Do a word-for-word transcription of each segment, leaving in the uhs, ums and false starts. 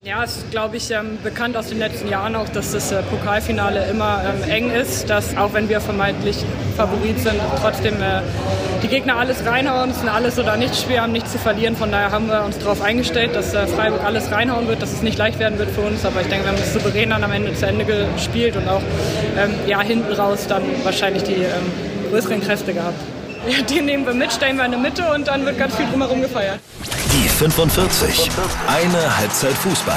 Ja, es ist, glaube ich, ähm, bekannt aus den letzten Jahren auch, dass das äh, Pokalfinale immer ähm, eng ist, dass auch wenn wir vermeintlich Favorit sind, trotzdem äh, die Gegner alles reinhauen, es sind alles oder nichts Spiel, haben nichts zu verlieren. Von daher haben wir uns darauf eingestellt, dass äh, Freiburg alles reinhauen wird, dass es nicht leicht werden wird für uns. Aber ich denke, wir haben es souverän dann am Ende zu Ende gespielt und auch ähm, ja, hinten raus dann wahrscheinlich die ähm, größeren Kräfte gehabt. Ja, den nehmen wir mit, stellen wir in der Mitte und dann wird ganz viel drumherum gefeiert. Die fünfundvierzig. Eine Halbzeit Fußball.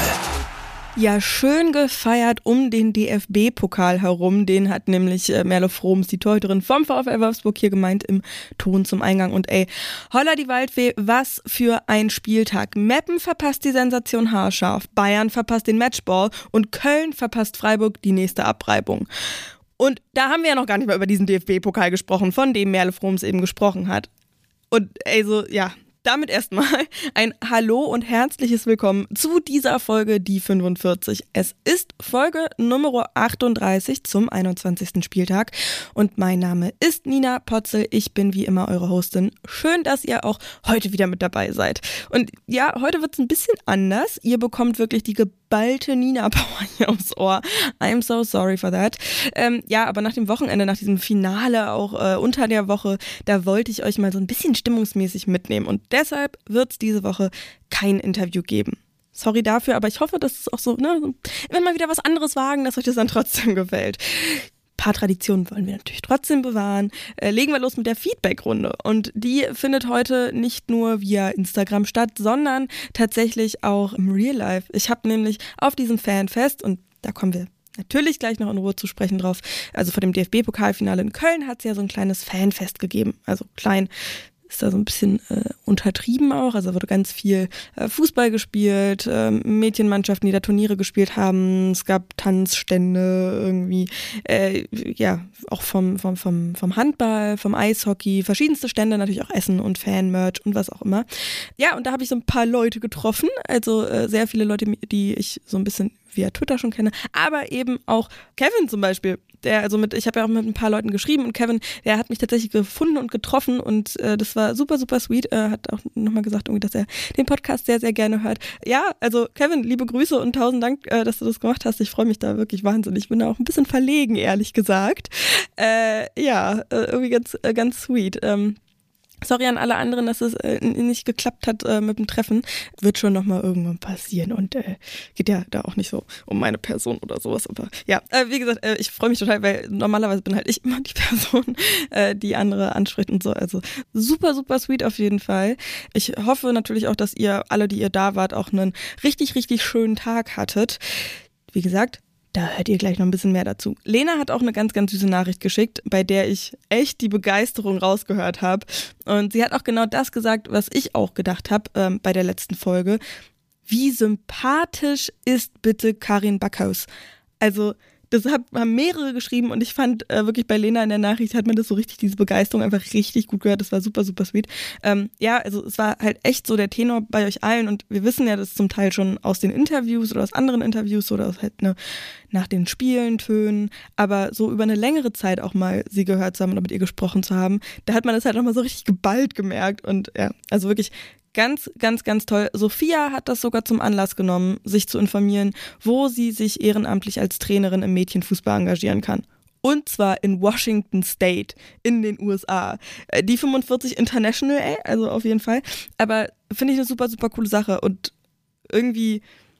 Ja, schön gefeiert um den D F B-Pokal herum. Den hat nämlich äh, Merle Froms, die Torhüterin vom VfL Wolfsburg, hier gemeint im Ton zum Eingang. Und ey, holla die Waldfee, was für ein Spieltag. Meppen verpasst die Sensation haarscharf, Bayern verpasst den Matchball und Köln verpasst Freiburg die nächste Abreibung. Und da haben wir ja noch gar nicht mal über diesen D F B-Pokal gesprochen, von dem Merle Froms eben gesprochen hat. Und ey, so, ja... Damit erstmal ein Hallo und herzliches Willkommen zu dieser Folge, die fünfundvierzig. Es ist Folge Nummer achtunddreißig zum einundzwanzigsten Spieltag und mein Name ist Nina Potzel. Ich bin wie immer eure Hostin. Schön, dass ihr auch heute wieder mit dabei seid. Und ja, heute wird es ein bisschen anders. Ihr bekommt wirklich die geballte Nina-Power hier aufs Ohr. I'm so sorry for that. Ähm, ja, aber nach dem Wochenende, nach diesem Finale auch äh, unter der Woche, da wollte ich euch mal so ein bisschen stimmungsmäßig mitnehmen und deshalb wird es diese Woche kein Interview geben. Sorry dafür, aber ich hoffe, dass es auch so, ne, wenn wir mal wieder was anderes wagen, dass euch das dann trotzdem gefällt. Ein paar Traditionen wollen wir natürlich trotzdem bewahren. Äh, legen wir los mit der Feedback-Runde. Und die findet heute nicht nur via Instagram statt, sondern tatsächlich auch im Real Life. Ich habe nämlich auf diesem Fanfest, und da kommen wir natürlich gleich noch in Ruhe zu sprechen drauf, also vor dem D F B-Pokalfinale in Köln hat es ja so ein kleines Fanfest gegeben. Also klein ist da so ein bisschen äh, untertrieben auch. Also wurde ganz viel äh, Fußball gespielt, äh, Mädchenmannschaften, die da Turniere gespielt haben. Es gab Tanzstände irgendwie, äh, ja, auch vom, vom, vom, vom Handball, vom Eishockey, verschiedenste Stände, natürlich auch Essen und Fan-Merch und was auch immer. Ja, und da habe ich so ein paar Leute getroffen, also äh, sehr viele Leute, die ich so ein bisschen via Twitter schon kenne, aber eben auch Kevin zum Beispiel, der, also mit, ich habe ja auch mit ein paar Leuten geschrieben und Kevin, der hat mich tatsächlich gefunden und getroffen und äh, das war super, super sweet, er hat auch nochmal gesagt, irgendwie, dass er den Podcast sehr, sehr gerne hört. Ja, also Kevin, liebe Grüße und tausend Dank, äh, dass du das gemacht hast, ich freue mich da wirklich wahnsinnig, ich bin da auch ein bisschen verlegen, ehrlich gesagt. Äh, ja, äh, irgendwie ganz, äh, ganz sweet. Ähm, Sorry an alle anderen, dass es äh, nicht geklappt hat äh, mit dem Treffen. Wird schon nochmal irgendwann passieren und äh, geht ja da auch nicht so um meine Person oder sowas. Aber ja, äh, wie gesagt, äh, ich freue mich total, weil normalerweise bin halt ich immer die Person, äh, die andere anspricht und so. Also super, super sweet auf jeden Fall. Ich hoffe natürlich auch, dass ihr alle, die ihr da wart, auch einen richtig, richtig schönen Tag hattet. Wie gesagt, da hört ihr gleich noch ein bisschen mehr dazu. Lena hat auch eine ganz, ganz süße Nachricht geschickt, bei der ich echt die Begeisterung rausgehört habe. Und sie hat auch genau das gesagt, was ich auch gedacht habe ähm, bei der letzten Folge. Wie sympathisch ist bitte Karin Backhaus? Also das haben mehrere geschrieben und ich fand äh, wirklich bei Lena in der Nachricht hat man das so richtig, diese Begeisterung einfach richtig gut gehört. Das war super, super sweet. Ähm, ja, also es war halt echt so der Tenor bei euch allen und wir wissen ja das zum Teil schon aus den Interviews oder aus anderen Interviews oder aus halt ne, nach den Spielen, Tönen, aber so über eine längere Zeit auch mal sie gehört zu haben oder mit ihr gesprochen zu haben, da hat man das halt nochmal so richtig geballt gemerkt und ja, also wirklich ganz, ganz, ganz toll. Sophia hat das sogar zum Anlass genommen, sich zu informieren, wo sie sich ehrenamtlich als Trainerin im Mädchenfußball engagieren kann. Und zwar in Washington State in den U S A. Die fünfundvierzig International, ey, also auf jeden Fall. Aber finde ich eine super, super coole Sache und irgendwie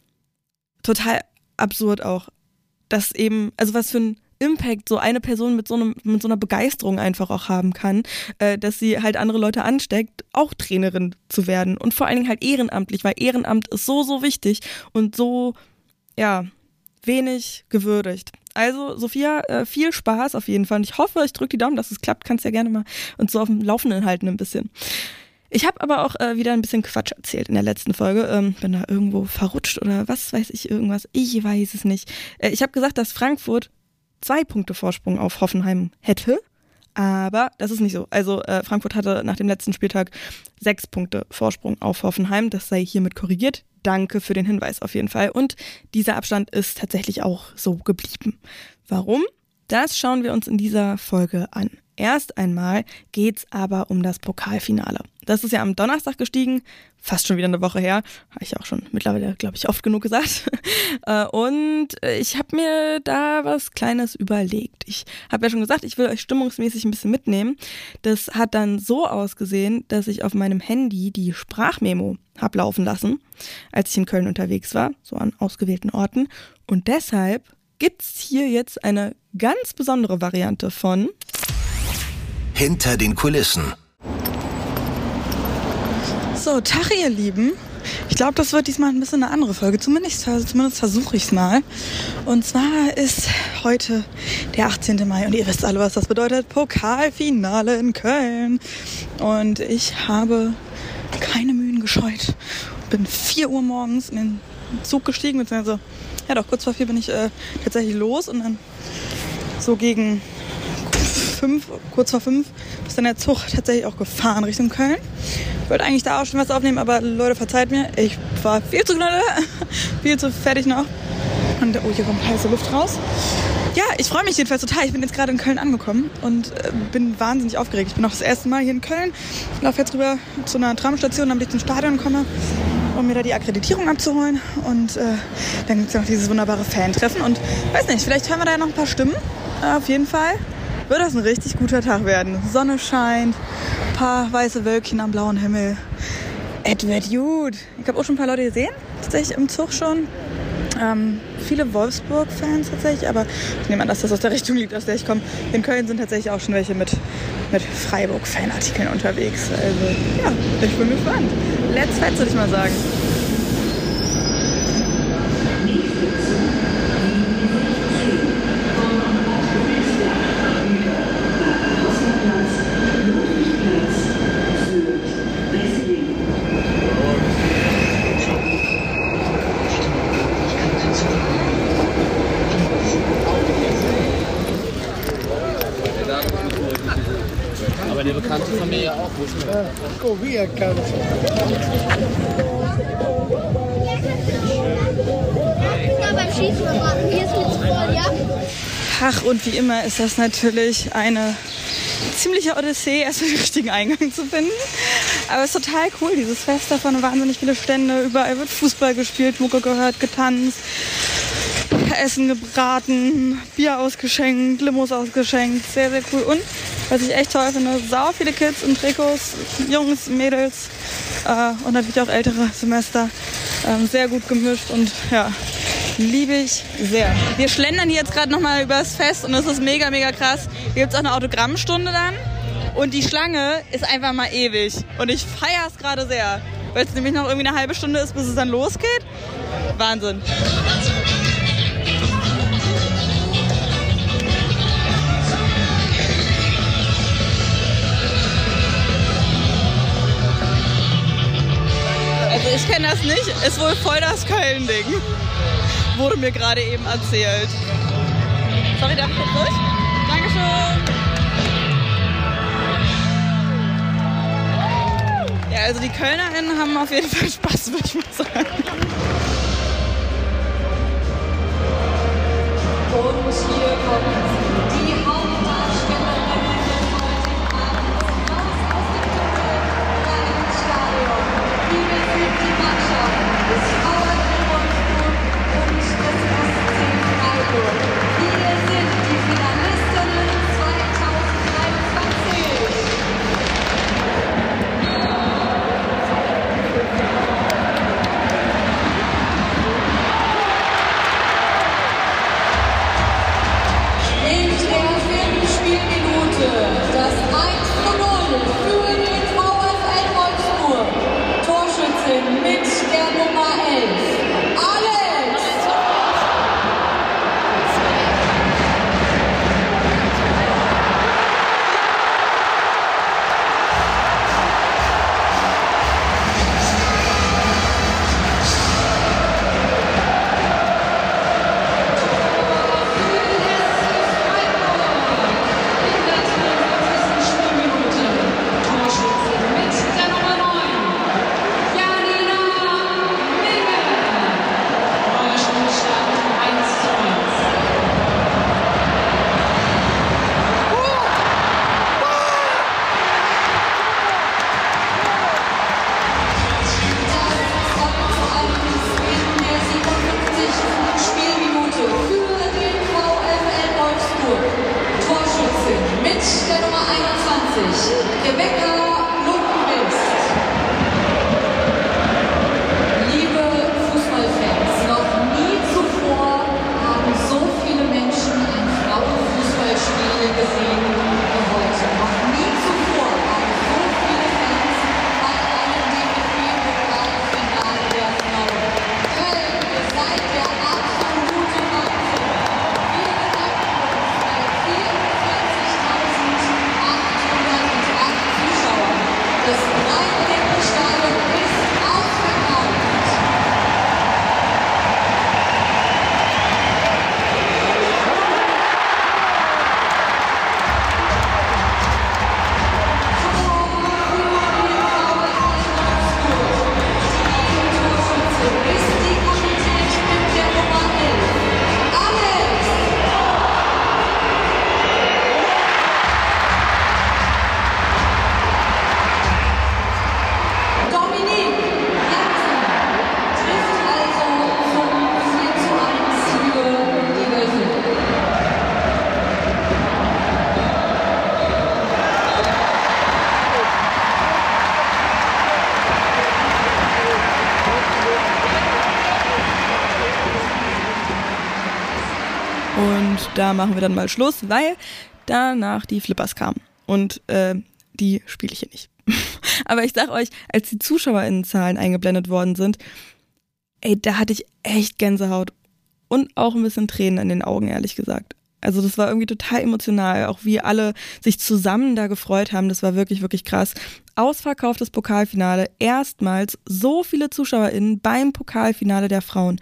total absurd auch, dass eben, also was für ein Impact so eine Person mit so, einem, mit so einer Begeisterung einfach auch haben kann, äh, dass sie halt andere Leute ansteckt, auch Trainerin zu werden und vor allen Dingen halt ehrenamtlich, weil Ehrenamt ist so, so wichtig und so, ja, wenig gewürdigt. Also Sophia, äh, viel Spaß auf jeden Fall und ich hoffe, ich drücke die Daumen, dass es klappt, kannst ja gerne mal uns so auf dem Laufenden halten ein bisschen. Ich habe aber auch äh, wieder ein bisschen Quatsch erzählt in der letzten Folge. Ähm, bin da irgendwo verrutscht oder was weiß ich, irgendwas. Ich weiß es nicht. Äh, ich habe gesagt, dass Frankfurt zwei Punkte Vorsprung auf Hoffenheim hätte, aber das ist nicht so. Also äh, Frankfurt hatte nach dem letzten Spieltag sechs Punkte Vorsprung auf Hoffenheim. Das sei hiermit korrigiert. Danke für den Hinweis auf jeden Fall. Und dieser Abstand ist tatsächlich auch so geblieben. Warum? Das schauen wir uns in dieser Folge an. Erst einmal geht's aber um das Pokalfinale. Das ist ja am Donnerstag gestiegen, fast schon wieder eine Woche her, habe ich auch schon mittlerweile, glaube ich, oft genug gesagt. Und ich habe mir da was Kleines überlegt. Ich habe ja schon gesagt, ich will euch stimmungsmäßig ein bisschen mitnehmen. Das hat dann so ausgesehen, dass ich auf meinem Handy die Sprachmemo habe laufen lassen, als ich in Köln unterwegs war, so an ausgewählten Orten. Und deshalb gibt's hier jetzt eine ganz besondere Variante von Hinter den Kulissen. So, Tag ihr Lieben. Ich glaube, das wird diesmal ein bisschen eine andere Folge. Zumindest, zumindest versuche ich es mal. Und zwar ist heute der achtzehnten Mai und ihr wisst alle, was das bedeutet. Pokalfinale in Köln. Und ich habe keine Mühen gescheut. Bin vier Uhr morgens in den Zug gestiegen, beziehungsweise, ja doch, kurz vor vier bin ich äh, tatsächlich los und dann so gegen fünf, kurz vor fünf, ist dann der Zug tatsächlich auch gefahren Richtung Köln. Ich wollte eigentlich da auch schon was aufnehmen, aber Leute, verzeiht mir, ich war viel zu knalle, viel zu fertig noch. Und oh, hier kommt heiße Luft raus. Ja, ich freue mich jedenfalls total. Ich bin jetzt gerade in Köln angekommen und äh, bin wahnsinnig aufgeregt. Ich bin auch das erste Mal hier in Köln. Ich laufe jetzt rüber zu einer Tramstation, damit ich zum Stadion komme, um mir da die Akkreditierung abzuholen. Und äh, dann gibt es ja noch dieses wunderbare Fan-Treffen. Und weiß nicht, vielleicht hören wir da ja noch ein paar Stimmen. Äh, auf jeden Fall wird das ein richtig guter Tag werden. Sonne scheint, ein paar weiße Wölkchen am blauen Himmel. Es wird gut. Ich habe auch schon ein paar Leute gesehen, tatsächlich im Zug schon. Ähm, viele Wolfsburg-Fans tatsächlich, aber ich nehme an, dass das aus der Richtung liegt, aus der ich komme. In Köln sind tatsächlich auch schon welche mit, mit Freiburg-Fanartikeln unterwegs. Also ja, ich bin gespannt. Let's fetz, würde ich mal sagen. Aber eine bekannte Familie auch, wo ist mir? Oh, wie erkannt. Ja, beim Schießen warten. Hier ist mit voll, ja? Ach, und wie immer ist das natürlich eine ziemliche Odyssee, erstmal den richtigen Eingang zu finden. Aber es ist total cool, dieses Fest davon, wahnsinnig viele Stände, überall wird Fußball gespielt, Mucke gehört, getanzt, Essen gebraten, Bier ausgeschenkt, Limos ausgeschenkt, sehr, sehr cool. Und was ich echt toll finde, sau viele Kids in Trikots, Jungs, Mädels äh, und natürlich auch ältere Semester. Ähm, sehr gut gemischt und ja, liebe ich sehr. Wir schlendern hier jetzt gerade nochmal übers Fest und es ist mega, mega krass. Hier gibt es auch eine Autogrammstunde dann und die Schlange ist einfach mal ewig. Und ich feiere es gerade sehr, weil es nämlich noch irgendwie eine halbe Stunde ist, bis es dann losgeht. Wahnsinn. Also ich kenne das nicht, ist wohl voll das Köln-Ding. Wurde mir gerade eben erzählt. Sorry, darf ich jetzt durch? Dankeschön. Ja, also die KölnerInnen haben auf jeden Fall Spaß, würde ich mal sagen. Und hier kommt die Hauptdarstellerin des heutigen Abends raus aus dem Stadion. Hier sind die Mannschaften des VfL Wolfsburg und des S C Freiburg. Hier sind die Finalistinnen zwanzig dreiundzwanzig. Und da machen wir dann mal Schluss, weil danach die Flippers kamen. Und äh, die spiele ich hier nicht. Aber ich sag euch, als die ZuschauerInnenzahlen eingeblendet worden sind, ey, da hatte ich echt Gänsehaut und auch ein bisschen Tränen in den Augen, ehrlich gesagt. Also das war irgendwie total emotional, auch wie alle sich zusammen da gefreut haben, das war wirklich, wirklich krass. Ausverkauftes Pokalfinale, erstmals so viele ZuschauerInnen beim Pokalfinale der Frauen.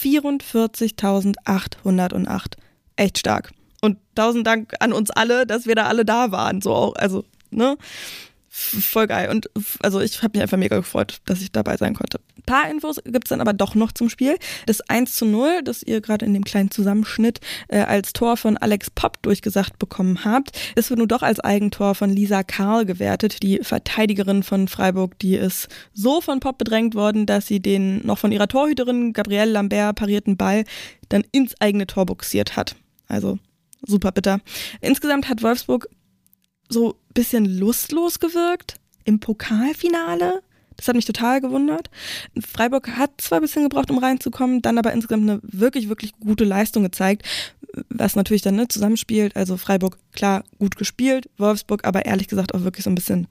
vierundvierzigtausendachthundertacht. Echt stark. Und tausend Dank an uns alle, dass wir da alle da waren. So auch, also, ne? Voll geil. Und also ich habe mich einfach mega gefreut, dass ich dabei sein konnte. Ein paar Infos gibt's dann aber doch noch zum Spiel. Das eins zu null, das ihr gerade in dem kleinen Zusammenschnitt äh, als Tor von Alex Popp durchgesagt bekommen habt, das wird nun doch als Eigentor von Lisa Karl gewertet. Die Verteidigerin von Freiburg, die ist so von Popp bedrängt worden, dass sie den noch von ihrer Torhüterin Gabrielle Lambert parierten Ball dann ins eigene Tor buxiert hat. Also super bitter. Insgesamt hat Wolfsburg so ein bisschen lustlos gewirkt im Pokalfinale. Das hat mich total gewundert. Freiburg hat zwar ein bisschen gebraucht, um reinzukommen, dann aber insgesamt eine wirklich, wirklich gute Leistung gezeigt, was natürlich dann ne, zusammenspielt. Also Freiburg, klar, gut gespielt, Wolfsburg aber ehrlich gesagt auch wirklich so ein bisschen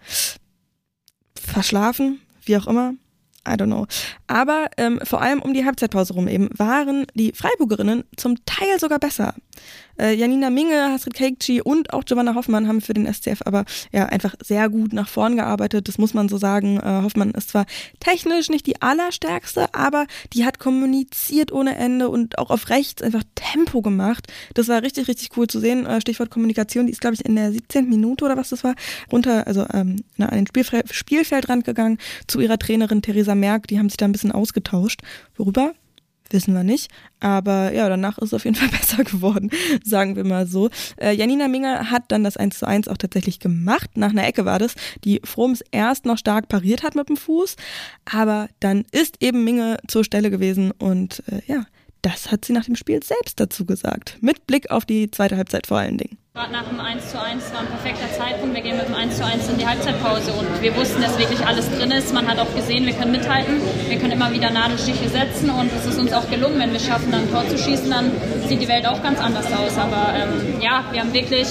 verschlafen, wie auch immer. I don't know. Aber ähm, vor allem um die Halbzeitpause rum eben waren die Freiburgerinnen zum Teil sogar besser. Äh, Janina Minge, Hasrit Kekci und auch Giovanna Hoffmann haben für den S C F aber ja einfach sehr gut nach vorn gearbeitet. Das muss man so sagen. Äh, Hoffmann ist zwar technisch nicht die allerstärkste, aber die hat kommuniziert ohne Ende und auch auf rechts einfach Tempo gemacht. Das war richtig, richtig cool zu sehen. Äh, Stichwort Kommunikation, die ist, glaube ich, in der siebzehnten Minute oder was das war, runter, also ähm, na, an den Spielfeld, Spielfeldrand gegangen zu ihrer Trainerin Theresa Merck. Die haben sich da ein bisschen ausgetauscht. Worüber? Wissen wir nicht. Aber ja, danach ist es auf jeden Fall besser geworden, sagen wir mal so. Äh, Janina Minge hat dann das eins zu eins auch tatsächlich gemacht. Nach einer Ecke war das, die Froms erst noch stark pariert hat mit dem Fuß. Aber dann ist eben Minge zur Stelle gewesen und äh, ja, das hat sie nach dem Spiel selbst dazu gesagt. Mit Blick auf die zweite Halbzeit vor allen Dingen. Gerade nach dem eins zu eins war ein perfekter Zeitpunkt. Wir gehen mit dem eins zu eins in die Halbzeitpause und wir wussten, dass wirklich alles drin ist. Man hat auch gesehen, wir können mithalten, wir können immer wieder Nadelstiche setzen und es ist uns auch gelungen. Wenn wir schaffen, dann ein Tor zu schießen, dann sieht die Welt auch ganz anders aus. Aber ähm, ja, wir haben wirklich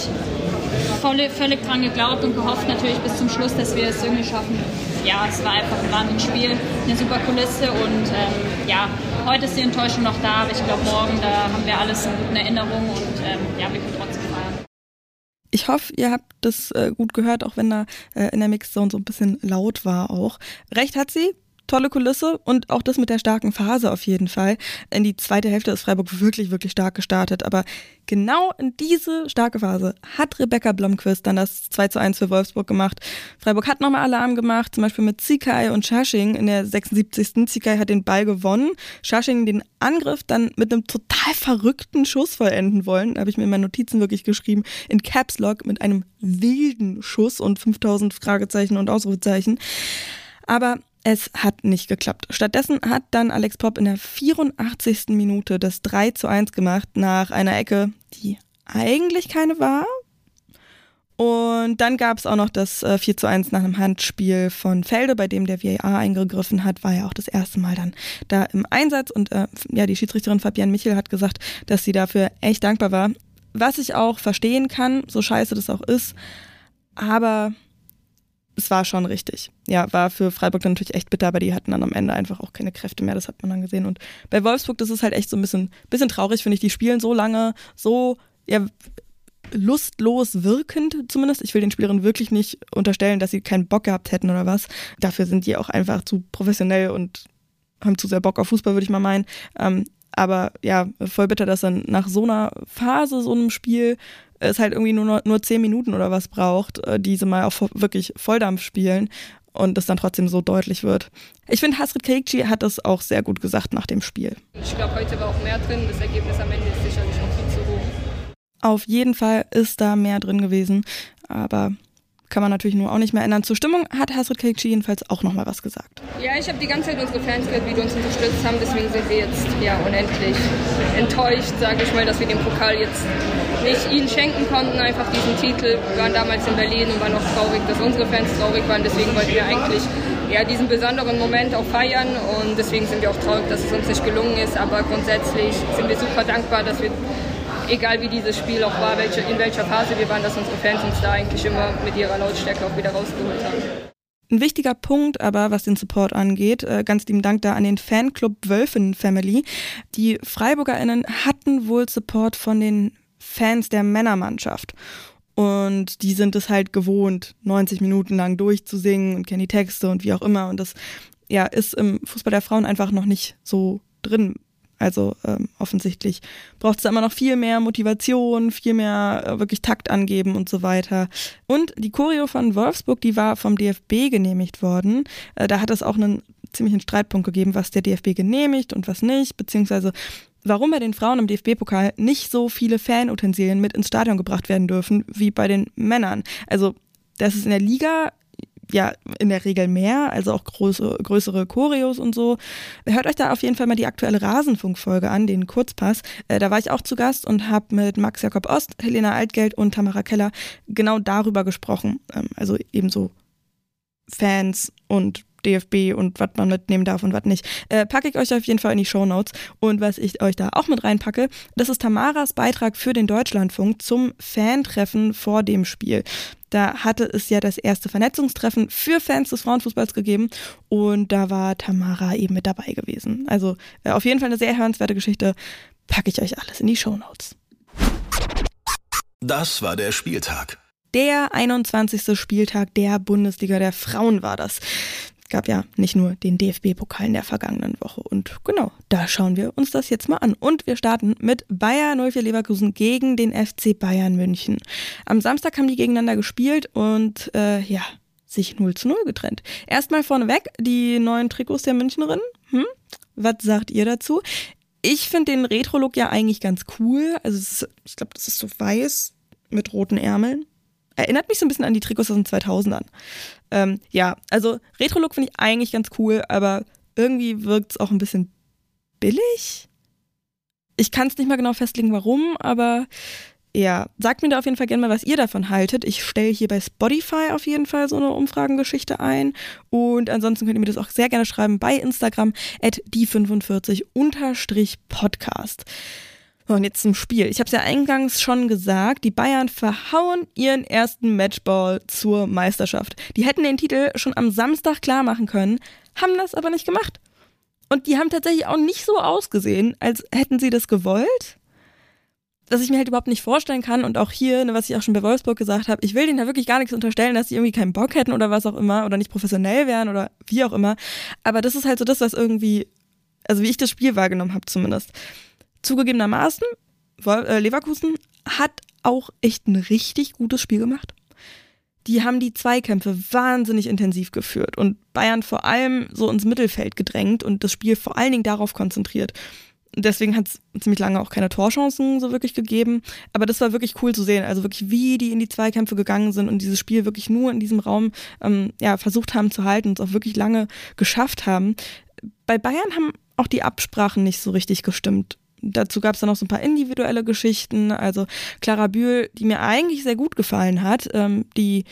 voll, völlig dran geglaubt und gehofft natürlich bis zum Schluss, dass wir es irgendwie schaffen. Ja, es war einfach ein Wahnsinnsspiel, eine super Kulisse und ähm, ja, heute ist die Enttäuschung noch da, aber ich glaube morgen, da haben wir alles in guten Erinnerung und ähm, ja, wir können trotzdem feiern. Ich hoffe, ihr habt das äh, gut gehört, auch wenn da äh, in der Mixzone so ein bisschen laut war auch. Recht hat sie. Tolle Kulisse und auch das mit der starken Phase auf jeden Fall. In die zweite Hälfte ist Freiburg wirklich, wirklich stark gestartet. Aber genau in diese starke Phase hat Rebecca Blomqvist dann das zwei zu eins für Wolfsburg gemacht. Freiburg hat nochmal Alarm gemacht, zum Beispiel mit Zikai und Schasching in der sechsundsiebzigsten Zikai hat den Ball gewonnen. Schasching den Angriff dann mit einem total verrückten Schuss vollenden wollen. Da habe ich mir in meinen Notizen wirklich geschrieben, in Caps Lock mit einem wilden Schuss und fünftausend Fragezeichen und Ausrufezeichen. Aber es hat nicht geklappt. Stattdessen hat dann Alex Popp in der vierundachtzigsten Minute das drei zu eins gemacht nach einer Ecke, die eigentlich keine war. Und dann gab es auch noch das äh, vier zu eins nach einem Handspiel von Felde, bei dem der V A R eingegriffen hat, war ja auch das erste Mal dann da im Einsatz. Und äh, ja, die Schiedsrichterin Fabienne Michel hat gesagt, dass sie dafür echt dankbar war. Was ich auch verstehen kann, so scheiße das auch ist, aber es war schon richtig. Ja, war für Freiburg dann natürlich echt bitter, aber die hatten dann am Ende einfach auch keine Kräfte mehr, das hat man dann gesehen. Und bei Wolfsburg, das ist halt echt so ein bisschen, bisschen traurig, finde ich. Die spielen so lange, so ja, lustlos wirkend zumindest. Ich will den Spielerinnen wirklich nicht unterstellen, dass sie keinen Bock gehabt hätten oder was. Dafür sind die auch einfach zu professionell und haben zu sehr Bock auf Fußball, würde ich mal meinen. Ähm, aber ja, voll bitter, dass dann nach so einer Phase, so einem Spiel, es halt irgendwie nur nur zehn Minuten oder was braucht, die sie mal auch wirklich Volldampf spielen und es dann trotzdem so deutlich wird. Ich finde, Hasrit Kekci hat das auch sehr gut gesagt nach dem Spiel. Ich glaube, heute war auch mehr drin. Das Ergebnis am Ende ist sicherlich auch viel zu hoch. Auf jeden Fall ist da mehr drin gewesen, aber kann man natürlich nur auch nicht mehr ändern. Zur Stimmung hat Hasrit Kekci jedenfalls auch nochmal was gesagt. Ja, ich habe die ganze Zeit unsere Fans gehört, wie die uns unterstützt haben. Deswegen sind wir jetzt ja unendlich enttäuscht, sage ich mal, dass wir den Pokal jetzt nicht ihnen schenken konnten. Einfach diesen Titel. Wir waren damals in Berlin und waren auch traurig, dass unsere Fans traurig waren. Deswegen wollten wir eigentlich ja, diesen besonderen Moment auch feiern. Und deswegen sind wir auch traurig, dass es uns nicht gelungen ist. Aber grundsätzlich sind wir super dankbar, dass wir egal wie dieses Spiel auch war, welche, in welcher Phase wir waren, dass unsere Fans uns da eigentlich immer mit ihrer Lautstärke auch wieder rausgeholt haben. Ein wichtiger Punkt aber, was den Support angeht, ganz lieben Dank da an den Fanclub Wölfen Family. Die FreiburgerInnen hatten wohl Support von den Fans der Männermannschaft. Und die sind es halt gewohnt, neunzig Minuten lang durchzusingen und kennen die Texte und wie auch immer. Und das ja, ist im Fußball der Frauen einfach noch nicht so drin. Also ähm, offensichtlich braucht es da immer noch viel mehr Motivation, viel mehr äh, wirklich Takt angeben und so weiter. Und die Choreo von Wolfsburg, die war vom D F B genehmigt worden. Äh, da hat es auch einen ziemlichen Streitpunkt gegeben, was der D F B genehmigt und was nicht, beziehungsweise warum bei den Frauen im D F B-Pokal nicht so viele Fanutensilien mit ins Stadion gebracht werden dürfen wie bei den Männern. Also das ist in der Liga ja in der Regel mehr, also auch große, größere Choreos und so. Hört euch da auf jeden Fall mal die aktuelle Rasenfunk-Folge an, den Kurzpass. Äh, da war ich auch zu Gast und habe mit Max Jakob Ost, Helena Altgeld und Tamara Keller genau darüber gesprochen. Ähm, also eben so Fans und D F B und was man mitnehmen darf und was nicht. Äh, packe ich euch auf jeden Fall in die Shownotes. Und was ich euch da auch mit reinpacke, das ist Tamaras Beitrag für den Deutschlandfunk zum Fantreffen vor dem Spiel. Da hatte es ja das erste Vernetzungstreffen für Fans des Frauenfußballs gegeben und da war Tamara eben mit dabei gewesen. Also äh, auf jeden Fall eine sehr hörenswerte Geschichte. Packe ich euch alles in die Shownotes. Das war der Spieltag. Der einundzwanzigste Spieltag der Bundesliga der Frauen war das. Gab ja nicht nur den D F B-Pokal in der vergangenen Woche. Und genau, da schauen wir uns das jetzt mal an. Und wir starten mit Bayer null vier Leverkusen gegen den F C Bayern München. Am Samstag haben die gegeneinander gespielt und äh, ja, sich null zu null getrennt. Erstmal vorneweg die neuen Trikots der Münchnerinnen. Hm? Was sagt ihr dazu? Ich finde den Retro-Look ja eigentlich ganz cool. Also es ist, ich glaube, das ist so weiß mit roten Ärmeln. Erinnert mich so ein bisschen an die Trikots aus den zweitausendern. Ähm, ja, also Retro-Look finde ich eigentlich ganz cool, aber irgendwie wirkt es auch ein bisschen billig. Ich kann es nicht mal genau festlegen, warum, aber ja, sagt mir da auf jeden Fall gerne mal, was ihr davon haltet. Ich stelle hier bei Spotify auf jeden Fall so eine Umfragengeschichte ein und ansonsten könnt ihr mir das auch sehr gerne schreiben bei Instagram at die fünfundvierzig unterstrich Podcast. Und jetzt zum Spiel. Ich habe es ja eingangs schon gesagt, die Bayern verhauen ihren ersten Matchball zur Meisterschaft. Die hätten den Titel schon am Samstag klar machen können, haben das aber nicht gemacht. Und die haben tatsächlich auch nicht so ausgesehen, als hätten sie das gewollt. Was ich mir halt überhaupt nicht vorstellen kann und auch hier, was ich auch schon bei Wolfsburg gesagt habe, ich will denen da wirklich gar nichts unterstellen, dass die irgendwie keinen Bock hätten oder was auch immer oder nicht professionell wären oder wie auch immer. Aber das ist halt so das, was irgendwie, also wie ich das Spiel wahrgenommen habe zumindest. Zugegebenermaßen, Leverkusen hat auch echt ein richtig gutes Spiel gemacht. Die haben die Zweikämpfe wahnsinnig intensiv geführt und Bayern vor allem so ins Mittelfeld gedrängt und das Spiel vor allen Dingen darauf konzentriert. Deswegen hat es ziemlich lange auch keine Torchancen so wirklich gegeben. Aber das war wirklich cool zu sehen. Also wirklich, wie die in die Zweikämpfe gegangen sind und dieses Spiel wirklich nur in diesem Raum ähm, ja, versucht haben zu halten und es auch wirklich lange geschafft haben. Bei Bayern haben auch die Absprachen nicht so richtig gestimmt. Dazu gab es dann noch so ein paar individuelle Geschichten. Also Clara Bühl, die mir eigentlich sehr gut gefallen hat, ähm, die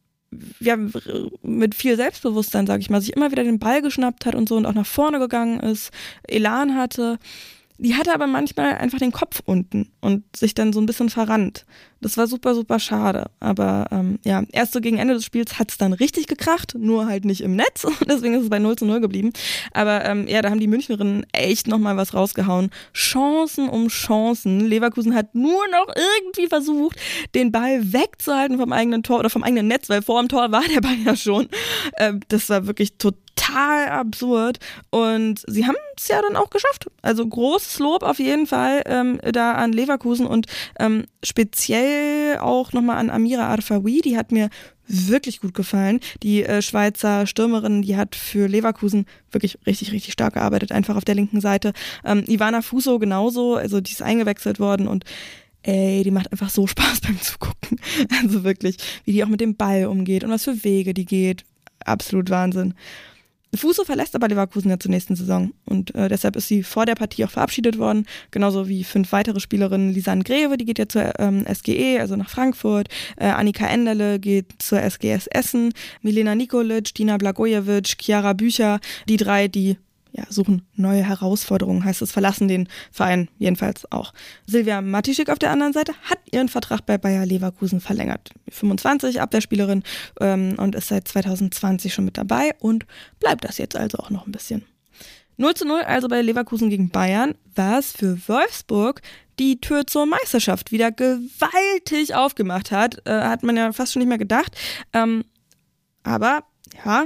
ja, mit viel Selbstbewusstsein, sag ich mal, sich immer wieder den Ball geschnappt hat und so und auch nach vorne gegangen ist, Elan hatte. Die hatte aber manchmal einfach den Kopf unten und sich dann so ein bisschen verrannt. Das war super, super schade. Aber ähm, ja, erst so gegen Ende des Spiels hat es dann richtig gekracht, nur halt nicht im Netz. Deswegen ist es bei null zu null geblieben. Aber ähm, ja, da haben die Münchnerinnen echt nochmal was rausgehauen. Chancen um Chancen. Leverkusen hat nur noch irgendwie versucht, den Ball wegzuhalten vom eigenen Tor oder vom eigenen Netz, weil vor dem Tor war der Ball ja schon. Ähm, das war wirklich total total absurd und sie haben es ja dann auch geschafft. Also großes Lob auf jeden Fall ähm, da an Leverkusen und ähm, speziell auch nochmal an Amira Arfaoui, die hat mir wirklich gut gefallen. Die äh, Schweizer Stürmerin, die hat für Leverkusen wirklich richtig, richtig stark gearbeitet, einfach auf der linken Seite. Ähm, Ivana Fuso genauso, also die ist eingewechselt worden und ey, die macht einfach so Spaß beim Zugucken. Also wirklich, wie die auch mit dem Ball umgeht und was für Wege die geht. Absolut Wahnsinn. Fuso verlässt aber Leverkusen ja zur nächsten Saison und äh, deshalb ist sie vor der Partie auch verabschiedet worden, genauso wie fünf weitere Spielerinnen. Lisanne Greve, die geht ja zur ähm, S G E, also nach Frankfurt, äh, Annika Enderle geht zur S G S Essen, Milena Nikolic, Dina Blagojevic, Chiara Bücher, die drei, die ja, suchen neue Herausforderungen, heißt es, verlassen den Verein jedenfalls auch. Silvia Matischik auf der anderen Seite hat ihren Vertrag bei Bayer Leverkusen verlängert. fünfundzwanzig, Abwehrspielerin ähm, und ist seit zwanzig zwanzig schon mit dabei und bleibt das jetzt also auch noch ein bisschen. null zu null also bei Leverkusen gegen Bayern, was für Wolfsburg die Tür zur Meisterschaft wieder gewaltig aufgemacht hat. Äh, hat man ja fast schon nicht mehr gedacht. Ähm, aber, ja,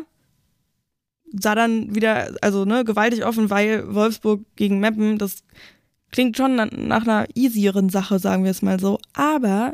sah dann wieder, also ne, gewaltig offen, weil Wolfsburg gegen Meppen, das klingt schon nach einer easieren Sache, sagen wir es mal so. Aber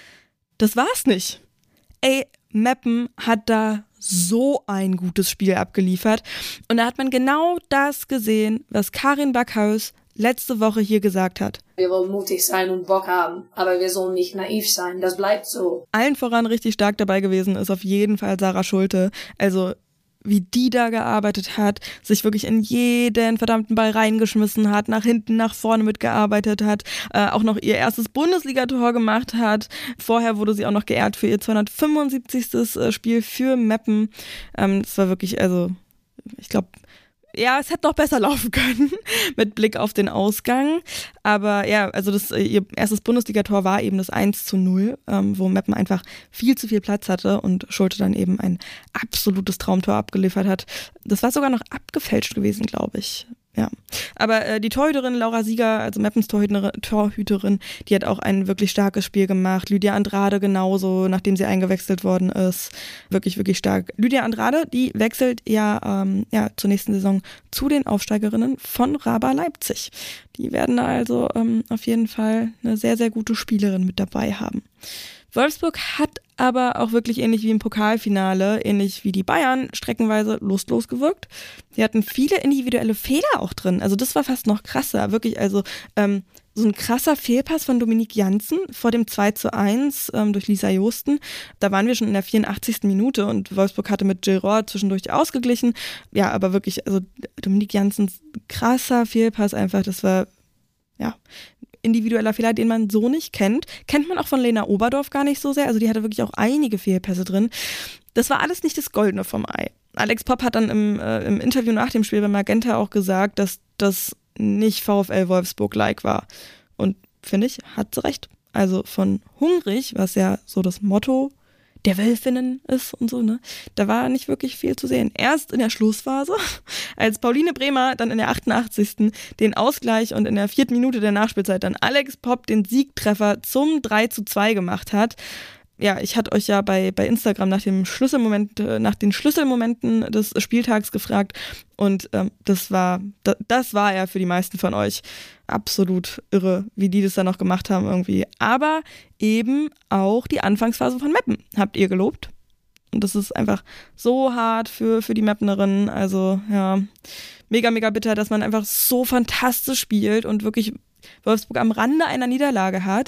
das war's nicht. Ey, Meppen hat da so ein gutes Spiel abgeliefert. Und da hat man genau das gesehen, was Karin Backhaus letzte Woche hier gesagt hat. Wir wollen mutig sein und Bock haben, aber wir sollen nicht naiv sein. Das bleibt so. Allen voran richtig stark dabei gewesen ist auf jeden Fall Sarah Schulte. Also wie die da gearbeitet hat, sich wirklich in jeden verdammten Ball reingeschmissen hat, nach hinten, nach vorne mitgearbeitet hat, äh, auch noch ihr erstes Bundesligator gemacht hat. Vorher wurde sie auch noch geehrt für ihr zweihundertfünfundsiebzig. Spiel für Meppen. Ähm, das war wirklich, also ich glaube, ja, es hätte noch besser laufen können mit Blick auf den Ausgang. Aber ja, also das, ihr erstes Bundesligator war eben das eins zu null, ähm, wo Meppen einfach viel zu viel Platz hatte und Schulte dann eben ein absolutes Traumtor abgeliefert hat. Das war sogar noch abgefälscht gewesen, glaube ich. Ja, aber äh, die Torhüterin Laura Sieger, also Meppens Torhüterin, Torhüterin, die hat auch ein wirklich starkes Spiel gemacht. Lydia Andrade genauso, nachdem sie eingewechselt worden ist. Wirklich, wirklich stark. Lydia Andrade, die wechselt ja, ähm, ja zur nächsten Saison zu den Aufsteigerinnen von Raba Leipzig. Die werden da also ähm, auf jeden Fall eine sehr, sehr gute Spielerin mit dabei haben. Wolfsburg hat aber auch wirklich ähnlich wie im Pokalfinale, ähnlich wie die Bayern, streckenweise lustlos gewirkt. Sie hatten viele individuelle Fehler auch drin. Also das war fast noch krasser. Wirklich, also ähm, so ein krasser Fehlpass von Dominique Janssen vor dem zwei zu eins ähm, durch Lisa Josten. Da waren wir schon in der vierundachtzigsten Minute und Wolfsburg hatte mit Jill Rohr zwischendurch ausgeglichen. Ja, aber wirklich, also Dominique Janssens krasser Fehlpass einfach, das war, ja, individueller Fehler, den man so nicht kennt. Kennt man auch von Lena Oberdorf gar nicht so sehr. Also die hatte wirklich auch einige Fehlpässe drin. Das war alles nicht das Goldene vom Ei. Alex Popp hat dann im, äh, im Interview nach dem Spiel bei Magenta auch gesagt, dass das nicht VfL Wolfsburg-like war. Und finde ich, hat sie recht. Also von hungrig, was ja so das Motto der Wölfinnen ist und so, ne? Da war nicht wirklich viel zu sehen. Erst in der Schlussphase, als Pauline Bremer dann in der achtundachtzigsten den Ausgleich und in der vierten Minute der Nachspielzeit dann Alex Popp den Siegtreffer zum drei zu zwei gemacht hat. Ja, ich hatte euch ja bei, bei Instagram nach dem Schlüsselmoment, nach den Schlüsselmomenten des Spieltags gefragt und ähm, das war, das, das war ja für die meisten von euch absolut irre, wie die das dann noch gemacht haben irgendwie. Aber eben auch die Anfangsphase von Meppen habt ihr gelobt. Und das ist einfach so hart für, für die Meppenerinnen. Also ja, mega, mega bitter, dass man einfach so fantastisch spielt und wirklich Wolfsburg am Rande einer Niederlage hat.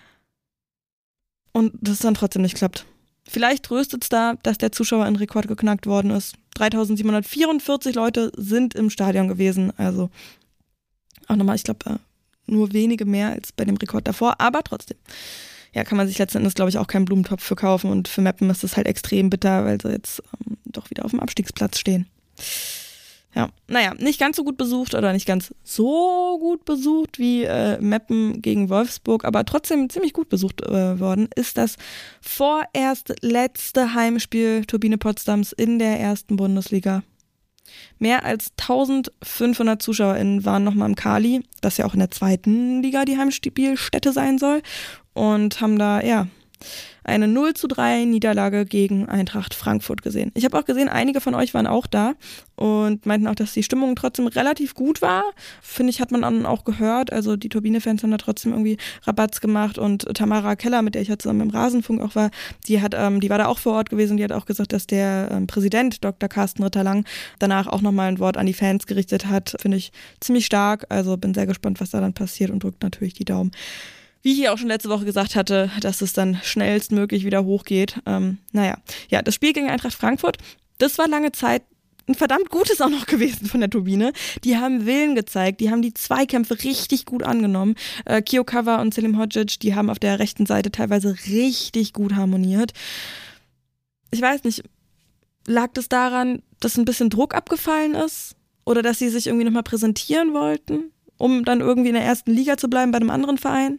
Und das dann trotzdem nicht klappt. Vielleicht tröstet es da, dass der Zuschauerinnenrekord geknackt worden ist. dreitausendsiebenhundertvierundvierzig Leute sind im Stadion gewesen. Also auch nochmal, ich glaube, nur wenige mehr als bei dem Rekord davor. Aber trotzdem, ja, kann man sich letzten Endes, glaube ich, auch keinen Blumentopf für kaufen. Und für Meppen ist es halt extrem bitter, weil sie jetzt ähm, doch wieder auf dem Abstiegsplatz stehen. Ja, naja, nicht ganz so gut besucht oder nicht ganz so gut besucht wie äh, Meppen gegen Wolfsburg, aber trotzdem ziemlich gut besucht äh, worden, ist das vorerst letzte Heimspiel Turbine Potsdams in der ersten Bundesliga. Mehr als eintausendfünfhundert ZuschauerInnen waren nochmal im Kali, das ja auch in der zweiten Liga die Heimspielstätte sein soll, und haben da, ja, eine null zu drei Niederlage gegen Eintracht Frankfurt gesehen. Ich habe auch gesehen, einige von euch waren auch da und meinten auch, dass die Stimmung trotzdem relativ gut war. Finde ich, hat man dann auch gehört. Also die Turbine-Fans haben da trotzdem irgendwie Rabatz gemacht und Tamara Keller, mit der ich ja zusammen im Rasenfunk auch war, die hat, ähm, die war da auch vor Ort gewesen und die hat auch gesagt, dass der ähm, Präsident Doktor Carsten Ritterlang danach auch nochmal ein Wort an die Fans gerichtet hat. Finde ich ziemlich stark. Also bin sehr gespannt, was da dann passiert und drückt natürlich die Daumen. Wie ich hier auch schon letzte Woche gesagt hatte, dass es dann schnellstmöglich wieder hochgeht. Ähm, naja, ja, das Spiel gegen Eintracht Frankfurt, das war lange Zeit ein verdammt gutes auch noch gewesen von der Turbine. Die haben Willen gezeigt, die haben die Zweikämpfe richtig gut angenommen. Äh, Kiyokava und Selim Hodzic, die haben auf der rechten Seite teilweise richtig gut harmoniert. Ich weiß nicht, lag das daran, dass ein bisschen Druck abgefallen ist? oder dass sie sich irgendwie nochmal präsentieren wollten, um dann irgendwie in der ersten Liga zu bleiben bei einem anderen Verein.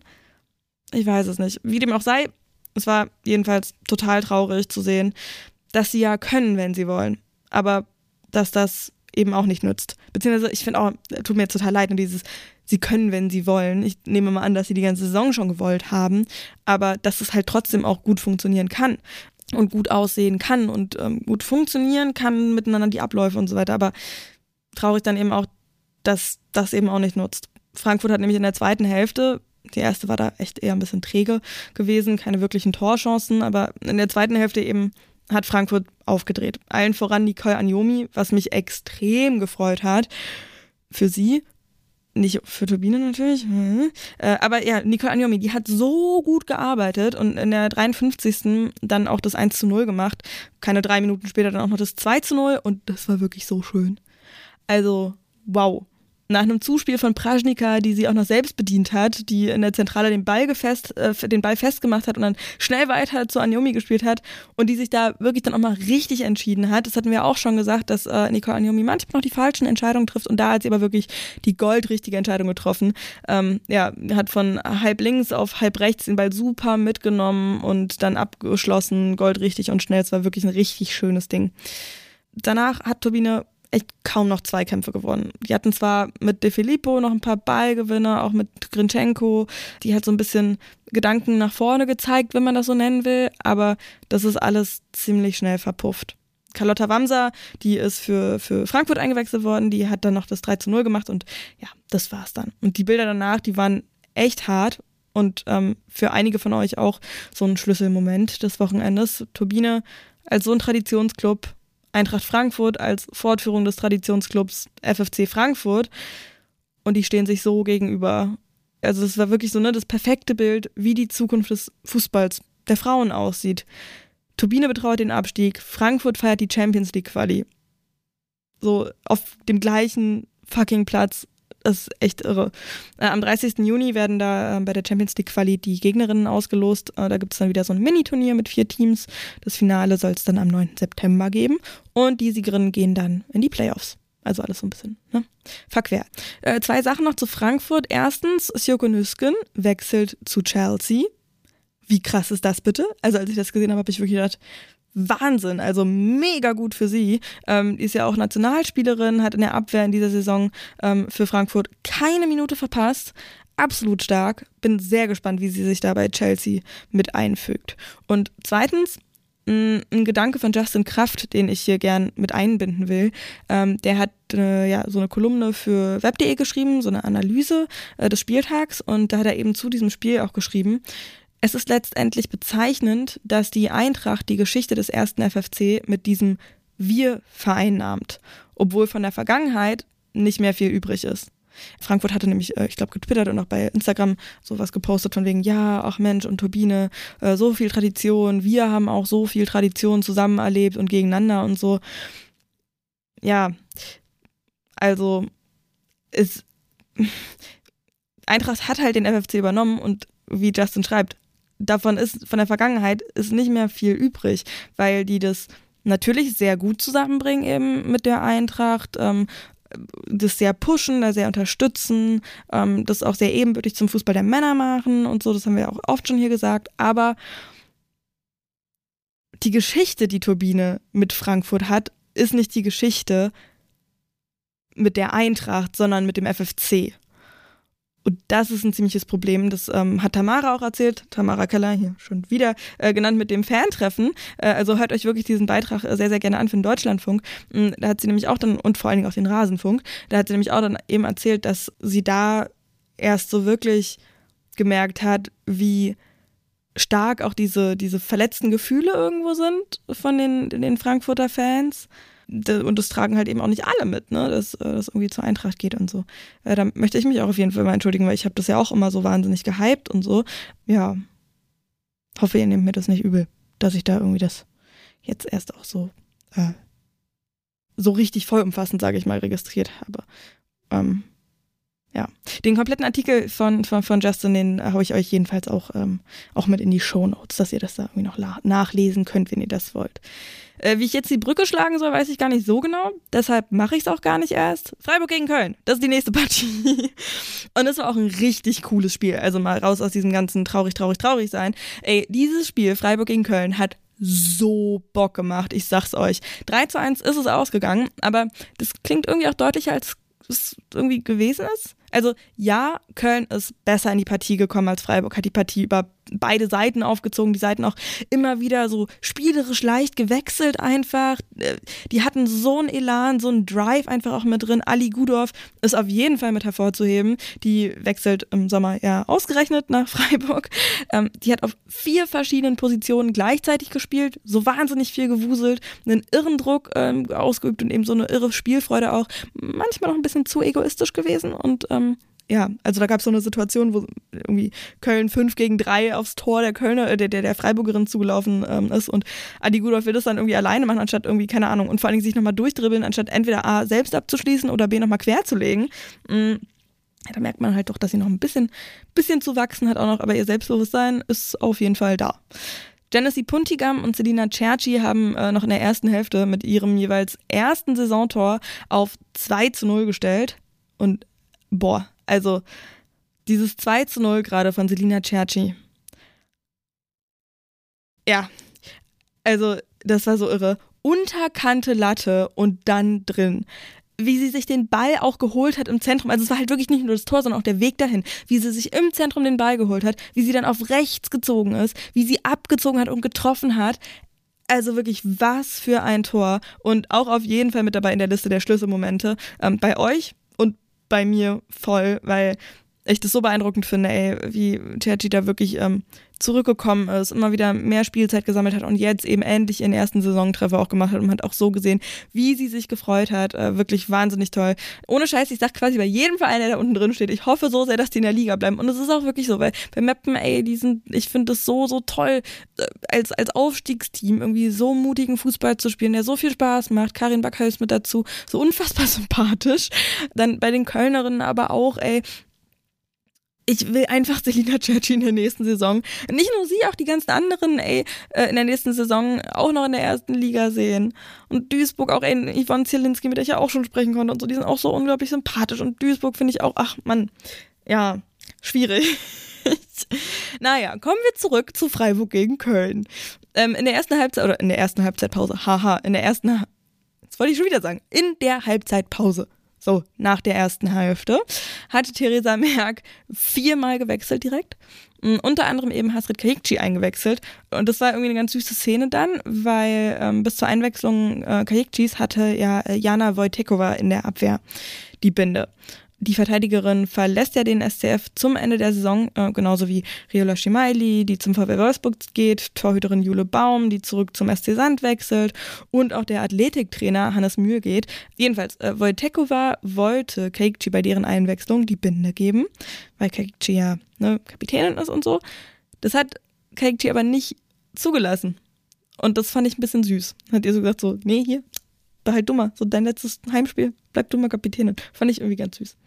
Ich weiß es nicht. Wie dem auch sei, es war jedenfalls total traurig zu sehen, dass sie ja können, wenn sie wollen, aber dass das eben auch nicht nützt. Beziehungsweise, ich finde auch, tut mir jetzt total leid, und dieses, sie können, wenn sie wollen. Ich nehme mal an, dass sie die ganze Saison schon gewollt haben, aber dass es halt trotzdem auch gut funktionieren kann und gut aussehen kann und ähm, gut funktionieren kann miteinander, die Abläufe und so weiter. Aber traurig dann eben auch, dass das eben auch nicht nutzt. Frankfurt hat nämlich in der zweiten Hälfte, die erste war da echt eher ein bisschen träge gewesen, keine wirklichen Torchancen, aber in der zweiten Hälfte eben hat Frankfurt aufgedreht. Allen voran Nicole Agnomi, was mich extrem gefreut hat für sie. Nicht für Turbine natürlich, äh, aber ja, Nicole Agnomi, die hat so gut gearbeitet und in der dreiundfünfzigsten dann auch das eins zu null gemacht. Keine drei Minuten später dann auch noch das zwei zu null und das war wirklich so schön. Also, wow. Nach einem Zuspiel von Pražníka, die sie auch noch selbst bedient hat, die in der Zentrale den Ball, gefest, äh, den Ball festgemacht hat und dann schnell weiter zu Agnomi gespielt hat und die sich da wirklich dann auch mal richtig entschieden hat. Das hatten wir auch schon gesagt, dass äh, Nicole Agnomi manchmal noch die falschen Entscheidungen trifft und da hat sie aber wirklich die goldrichtige Entscheidung getroffen. Ähm, ja, hat von halb links auf halb rechts den Ball super mitgenommen und dann abgeschlossen, goldrichtig und schnell. Es war wirklich ein richtig schönes Ding. Danach hat Turbine echt kaum noch Zweikämpfe gewonnen. Die hatten zwar mit De Filippo noch ein paar Ballgewinne, auch mit Grinchenko, die hat so ein bisschen Gedanken nach vorne gezeigt, wenn man das so nennen will, aber das ist alles ziemlich schnell verpufft. Carlotta Wamser, die ist für, für Frankfurt eingewechselt worden, die hat dann noch das drei zu null gemacht und ja, das war's dann. Und die Bilder danach, die waren echt hart und ähm, für einige von euch auch so ein Schlüsselmoment des Wochenendes. Turbine als so ein Traditionsclub, Eintracht Frankfurt als Fortführung des Traditionsclubs F F C Frankfurt und die stehen sich so gegenüber. Also es war wirklich so, ne, das perfekte Bild, wie die Zukunft des Fußballs der Frauen aussieht. Turbine betrauert den Abstieg, Frankfurt feiert die Champions League Quali. So auf dem gleichen fucking Platz. Das ist echt irre. Äh, am dreißigsten Juni werden da äh, bei der Champions League Quali die Gegnerinnen ausgelost. Äh, da gibt es dann wieder so ein Mini-Turnier mit vier Teams. Das Finale soll es dann am neunten September geben. Und die Siegerinnen gehen dann in die Playoffs. Also alles so ein bisschen, ne? Verquer. Äh, zwei Sachen noch zu Frankfurt. Erstens, Sjoeke Nüsken wechselt zu Chelsea. Wie krass ist das bitte? Also als ich das gesehen habe, habe ich wirklich gedacht, Wahnsinn, also mega gut für sie. Ähm, die ist ja auch Nationalspielerin, hat in der Abwehr in dieser Saison ähm, für Frankfurt keine Minute verpasst. Absolut stark. Bin sehr gespannt, wie sie sich da bei Chelsea mit einfügt. Und zweitens, mh, ein Gedanke von Justin Kraft, den ich hier gern mit einbinden will. Ähm, der hat äh, ja so eine Kolumne für web punkt de geschrieben, so eine Analyse äh, des Spieltags. Und da hat er eben zu diesem Spiel auch geschrieben: Es ist letztendlich bezeichnend, dass die Eintracht die Geschichte des ersten F F C mit diesem Wir vereinnahmt, obwohl von der Vergangenheit nicht mehr viel übrig ist. Frankfurt hatte nämlich, ich glaube, getwittert und auch bei Instagram sowas gepostet von wegen, ja, ach Mensch und Turbine, so viel Tradition, wir haben auch so viel Tradition zusammen erlebt und gegeneinander und so. Ja, also ist Eintracht hat halt den F F C übernommen und wie Justin schreibt, davon ist, von der Vergangenheit ist nicht mehr viel übrig, weil die das natürlich sehr gut zusammenbringen eben mit der Eintracht, ähm, das sehr pushen, da sehr unterstützen, ähm, das auch sehr ebenbürtig zum Fußball der Männer machen und so, das haben wir auch oft schon hier gesagt, aber die Geschichte, die Turbine mit Frankfurt hat, ist nicht die Geschichte mit der Eintracht, sondern mit dem F F C. Und das ist ein ziemliches Problem. Das ähm, hat Tamara auch erzählt. Tamara Keller, hier schon wieder äh, genannt mit dem Fantreffen. Äh, also hört euch wirklich diesen Beitrag sehr, sehr gerne an für den Deutschlandfunk. Und da hat sie nämlich auch dann, und vor allen Dingen auch den Rasenfunk, da hat sie nämlich auch dann eben erzählt, dass sie da erst so wirklich gemerkt hat, wie stark auch diese, diese verletzten Gefühle irgendwo sind von den, den Frankfurter Fans. Und das tragen halt eben auch nicht alle mit, ne, dass das irgendwie zur Eintracht geht und so. Äh, da möchte ich mich auch auf jeden Fall mal entschuldigen, weil ich habe das ja auch immer so wahnsinnig gehypt und so. Ja, hoffe, ihr nehmt mir das nicht übel, dass ich da irgendwie das jetzt erst auch so äh, so richtig vollumfassend, sage ich mal, registriert habe. Ähm, Ja, den kompletten Artikel von, von, von Justin, den haue ich euch jedenfalls auch, ähm, auch mit in die Shownotes, dass ihr das da irgendwie noch la- nachlesen könnt, wenn ihr das wollt. Äh, wie ich jetzt die Brücke schlagen soll, weiß ich gar nicht so genau. Deshalb mache ich es auch gar nicht erst. Freiburg gegen Köln, das ist die nächste Partie. Und das war auch ein richtig cooles Spiel. Also mal raus aus diesem ganzen traurig, traurig, traurig sein. Ey, dieses Spiel, Freiburg gegen Köln, hat so Bock gemacht, ich sag's euch. drei zu eins ist es ausgegangen, aber das klingt irgendwie auch deutlicher, als es irgendwie gewesen ist. Also ja, Köln ist besser in die Partie gekommen als Freiburg, hat die Partie über beide Seiten aufgezogen, die Seiten auch immer wieder so spielerisch leicht gewechselt einfach. Die hatten so einen Elan, so einen Drive einfach auch mit drin. Ali Gudorf ist auf jeden Fall mit hervorzuheben. Die wechselt im Sommer ja ausgerechnet nach Freiburg. Ähm, die hat auf vier verschiedenen Positionen gleichzeitig gespielt, so wahnsinnig viel gewuselt, einen irren Druck ähm, ausgeübt und eben so eine irre Spielfreude auch. Manchmal noch ein bisschen zu egoistisch gewesen und ähm, ja, also da gab es so eine Situation, wo irgendwie Köln fünf gegen drei aufs Tor der Kölner, äh, der, der, der Freiburgerin zugelaufen ähm, ist und Adi Gudorf will das dann irgendwie alleine machen, anstatt irgendwie, keine Ahnung, und vor allen Dingen sich nochmal durchdribbeln, anstatt entweder A, selbst abzuschließen oder B, nochmal quer zu legen. Mhm. Ja, da merkt man halt doch, dass sie noch ein bisschen, bisschen zu wachsen hat auch noch, aber ihr Selbstbewusstsein ist auf jeden Fall da. Genesee Puntigam und Selina Cerci haben äh, noch in der ersten Hälfte mit ihrem jeweils ersten Saisontor auf zwei zu null gestellt und boah, also dieses zwei zu null gerade von Selina Cerci. Ja, also das war so irre. Unterkante Latte und dann drin. Wie sie sich den Ball auch geholt hat im Zentrum. Also es war halt wirklich nicht nur das Tor, sondern auch der Weg dahin. Wie sie sich im Zentrum den Ball geholt hat, wie sie dann auf rechts gezogen ist, wie sie abgezogen hat und getroffen hat. Also wirklich, was für ein Tor. Und auch auf jeden Fall mit dabei in der Liste der Schlüsselmomente. Ähm, bei euch und bei mir voll, weil ich das so beeindruckend finde, ey, wie Cerci da wirklich ähm, zurückgekommen ist, immer wieder mehr Spielzeit gesammelt hat und jetzt eben endlich ihren ersten Saisontreffer auch gemacht hat und man hat auch so gesehen, wie sie sich gefreut hat. Äh, wirklich wahnsinnig toll. Ohne Scheiß, ich sag quasi bei jedem Verein, der da unten drin steht, ich hoffe so sehr, dass die in der Liga bleiben. Und es ist auch wirklich so, weil bei Meppen, ey, die sind, ich finde das so, so toll, äh, als, als Aufstiegsteam irgendwie so mutigen Fußball zu spielen, der so viel Spaß macht. Karin Backhaus mit dazu, so unfassbar sympathisch. Dann bei den Kölnerinnen aber auch, ey, ich will einfach Selina Cerci in der nächsten Saison, nicht nur sie, auch die ganzen anderen, ey, in der nächsten Saison auch noch in der ersten Liga sehen. Und Duisburg auch, ey, Yvonne Zielinski, mit der ich ja auch schon sprechen konnte und so, die sind auch so unglaublich sympathisch. Und Duisburg finde ich auch, ach Mann, ja, schwierig. Naja, kommen wir zurück zu Freiburg gegen Köln. Ähm, in der ersten Halbzeit, oder in der ersten Halbzeitpause, haha, in der ersten, jetzt wollte ich schon wieder sagen, in der Halbzeitpause. So, nach der ersten Hälfte hatte Theresa Merck viermal gewechselt direkt. Unter anderem eben Hasrit Kayikci eingewechselt. Und das war irgendwie eine ganz süße Szene dann, weil ähm, bis zur Einwechslung äh, Kayikcis hatte ja äh, Jana Wojtekova in der Abwehr die Binde. Die Verteidigerin verlässt ja den S C F zum Ende der Saison, äh, genauso wie Riola Shimaili, die zum VfL Wolfsburg geht, Torhüterin Jule Baum, die zurück zum S C Sand wechselt und auch der Athletiktrainer Hannes Mühe geht. Jedenfalls, äh, Wojtekova wollte Kayikci bei deren Einwechslung die Binde geben, weil Kayikci ja ne, Kapitänin ist und so. Das hat Kayikci aber nicht zugelassen. Und das fand ich ein bisschen süß. Hat ihr so gesagt, so, nee, hier, behalt du mal, so dein letztes Heimspiel, bleib du mal Kapitänin. Fand ich irgendwie ganz süß.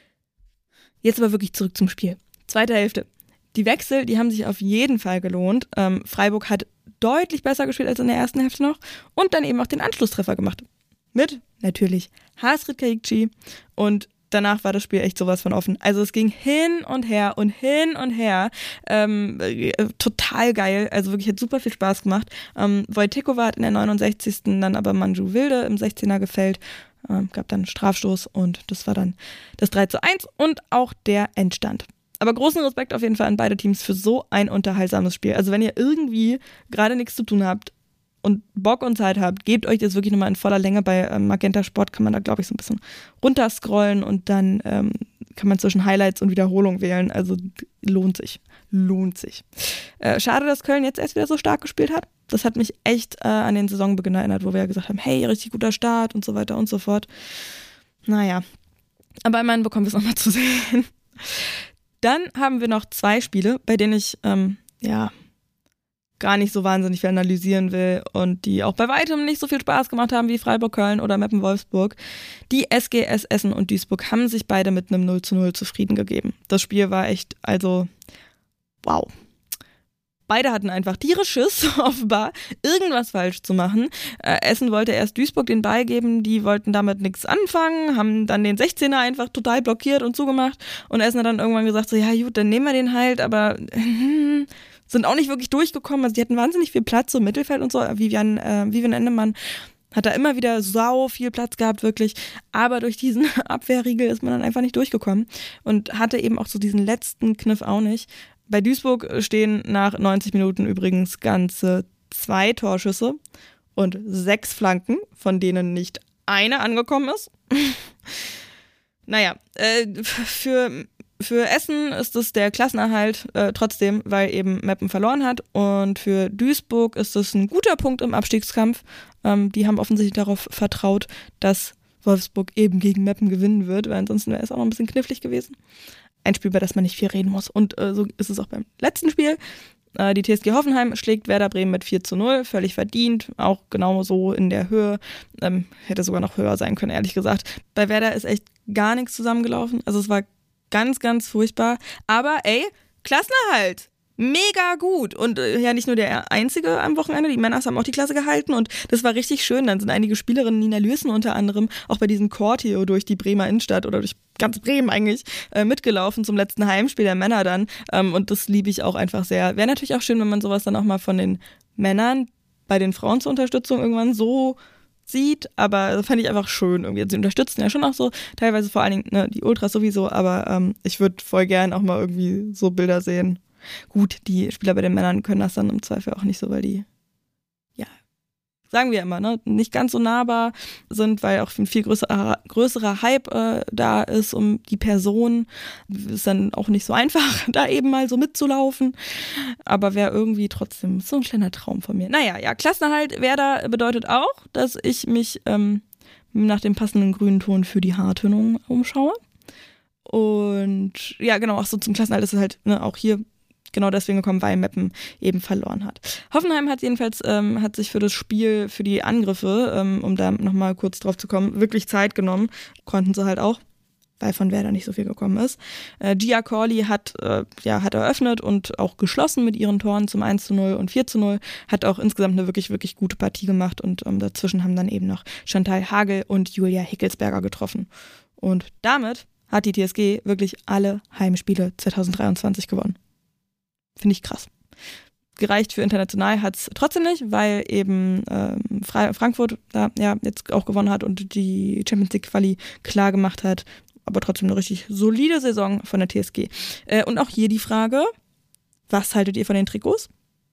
Jetzt aber wirklich zurück zum Spiel. Zweite Hälfte. Die Wechsel, die haben sich auf jeden Fall gelohnt. Ähm, Freiburg hat deutlich besser gespielt als in der ersten Hälfte noch und dann eben auch den Anschlusstreffer gemacht. Mit, natürlich, Hasrit Kayikci und danach war das Spiel echt sowas von offen. Also es ging hin und her und hin und her. Ähm, äh, total geil. Also wirklich hat super viel Spaß gemacht. Ähm, Wojtekova hat in der neunundsechzigsten dann aber Manju Wilde im sechzehner gefällt. Ähm, gab dann einen Strafstoß und das war dann das drei zu eins und auch der Endstand. Aber großen Respekt auf jeden Fall an beide Teams für so ein unterhaltsames Spiel. Also wenn ihr irgendwie gerade nichts zu tun habt und Bock und Zeit habt, gebt euch das wirklich nochmal in voller Länge. Bei ähm, Magenta Sport kann man da, glaube ich, so ein bisschen runterscrollen und dann ähm, kann man zwischen Highlights und Wiederholung wählen. Also lohnt sich. Lohnt sich. Äh, schade, dass Köln jetzt erst wieder so stark gespielt hat. Das hat mich echt äh, an den Saisonbeginn erinnert, wo wir ja gesagt haben, hey, richtig guter Start und so weiter und so fort. Naja, aber immerhin bekommen wir es nochmal zu sehen. Dann haben wir noch zwei Spiele, bei denen ich, ähm, ja, gar nicht so wahnsinnig viel analysieren will und die auch bei weitem nicht so viel Spaß gemacht haben wie Freiburg-Köln oder Meppen-Wolfsburg. Die S G S Essen und Duisburg haben sich beide mit einem null zu null zufrieden gegeben. Das Spiel war echt, also, wow. Beide hatten einfach tierisch Schiss, offenbar, irgendwas falsch zu machen. Äh, Essen wollte erst Duisburg den Ball geben, die wollten damit nichts anfangen, haben dann den sechzehner einfach total blockiert und zugemacht und Essen hat dann irgendwann gesagt, so ja gut, dann nehmen wir den halt, aber äh, sind auch nicht wirklich durchgekommen. Also die hatten wahnsinnig viel Platz, so im Mittelfeld und so. Vivian, äh, Vivian Endemann hat da immer wieder sau viel Platz gehabt, wirklich. Aber durch diesen Abwehrriegel ist man dann einfach nicht durchgekommen und hatte eben auch so diesen letzten Kniff auch nicht. Bei Duisburg stehen nach neunzig Minuten übrigens ganze zwei Torschüsse und sechs Flanken, von denen nicht eine angekommen ist. Naja, äh, für, für Essen ist es der Klassenerhalt äh, trotzdem, weil eben Meppen verloren hat. Und für Duisburg ist es ein guter Punkt im Abstiegskampf. Ähm, die haben offensichtlich darauf vertraut, dass Wolfsburg eben gegen Meppen gewinnen wird, weil ansonsten wäre es auch noch ein bisschen knifflig gewesen. Ein Spiel, über das man nicht viel reden muss. Und äh, so ist es auch beim letzten Spiel. Äh, die T S G Hoffenheim schlägt Werder Bremen mit vier zu null, völlig verdient, auch genau so in der Höhe. Ähm, hätte sogar noch höher sein können, ehrlich gesagt. Bei Werder ist echt gar nichts zusammengelaufen. Also es war ganz, ganz furchtbar. Aber ey, Klassenerhalt! Mega gut und äh, ja nicht nur der einzige am Wochenende, die Männer haben auch die Klasse gehalten und das war richtig schön. Dann sind einige Spielerinnen, Nina Lürsen unter anderem, auch bei diesem Corteo durch die Bremer Innenstadt oder durch ganz Bremen eigentlich äh, mitgelaufen zum letzten Heimspiel der Männer dann ähm, und das liebe ich auch einfach sehr. Wäre natürlich auch schön, wenn man sowas dann auch mal von den Männern bei den Frauen zur Unterstützung irgendwann so sieht, aber das fand ich einfach schön irgendwie. Sie unterstützen ja schon auch so, teilweise vor allen Dingen ne, die Ultras sowieso, aber ähm, ich würde voll gern auch mal irgendwie so Bilder sehen. Gut, die Spieler bei den Männern können das dann im Zweifel auch nicht so, weil die, ja, sagen wir immer, ne, nicht ganz so nahbar sind, weil auch ein viel größerer, größerer Hype äh, da ist um die Person. Ist dann auch nicht so einfach, da eben mal so mitzulaufen. Aber wäre irgendwie trotzdem so ein kleiner Traum von mir. Naja, ja, Klassenerhalt Werder bedeutet auch, dass ich mich ähm, nach dem passenden grünen Ton für die Haartönung umschaue. Und ja, genau, auch so zum Klassenerhalt ist es halt ne, auch hier genau deswegen gekommen, weil Meppen eben verloren hat. Hoffenheim hat jedenfalls, ähm, hat sich für das Spiel, für die Angriffe, ähm, um da nochmal kurz drauf zu kommen, wirklich Zeit genommen. Konnten sie halt auch, weil von Werder nicht so viel gekommen ist. Äh, Gia Corley hat, äh, ja, hat eröffnet und auch geschlossen mit ihren Toren zum eins zu null und vier zu null. Hat auch insgesamt eine wirklich, wirklich gute Partie gemacht und ähm, dazwischen haben dann eben noch Chantal Hagel und Julia Hickelsberger getroffen. Und damit hat die T S G wirklich alle Heimspiele zwanzig dreiundzwanzig gewonnen. Finde ich krass. Gereicht für international hat es trotzdem nicht, weil eben ähm, Frankfurt da ja jetzt auch gewonnen hat und die Champions League Quali klar gemacht hat. Aber trotzdem eine richtig solide Saison von der T S G. Äh, und auch hier die Frage, was haltet ihr von den Trikots?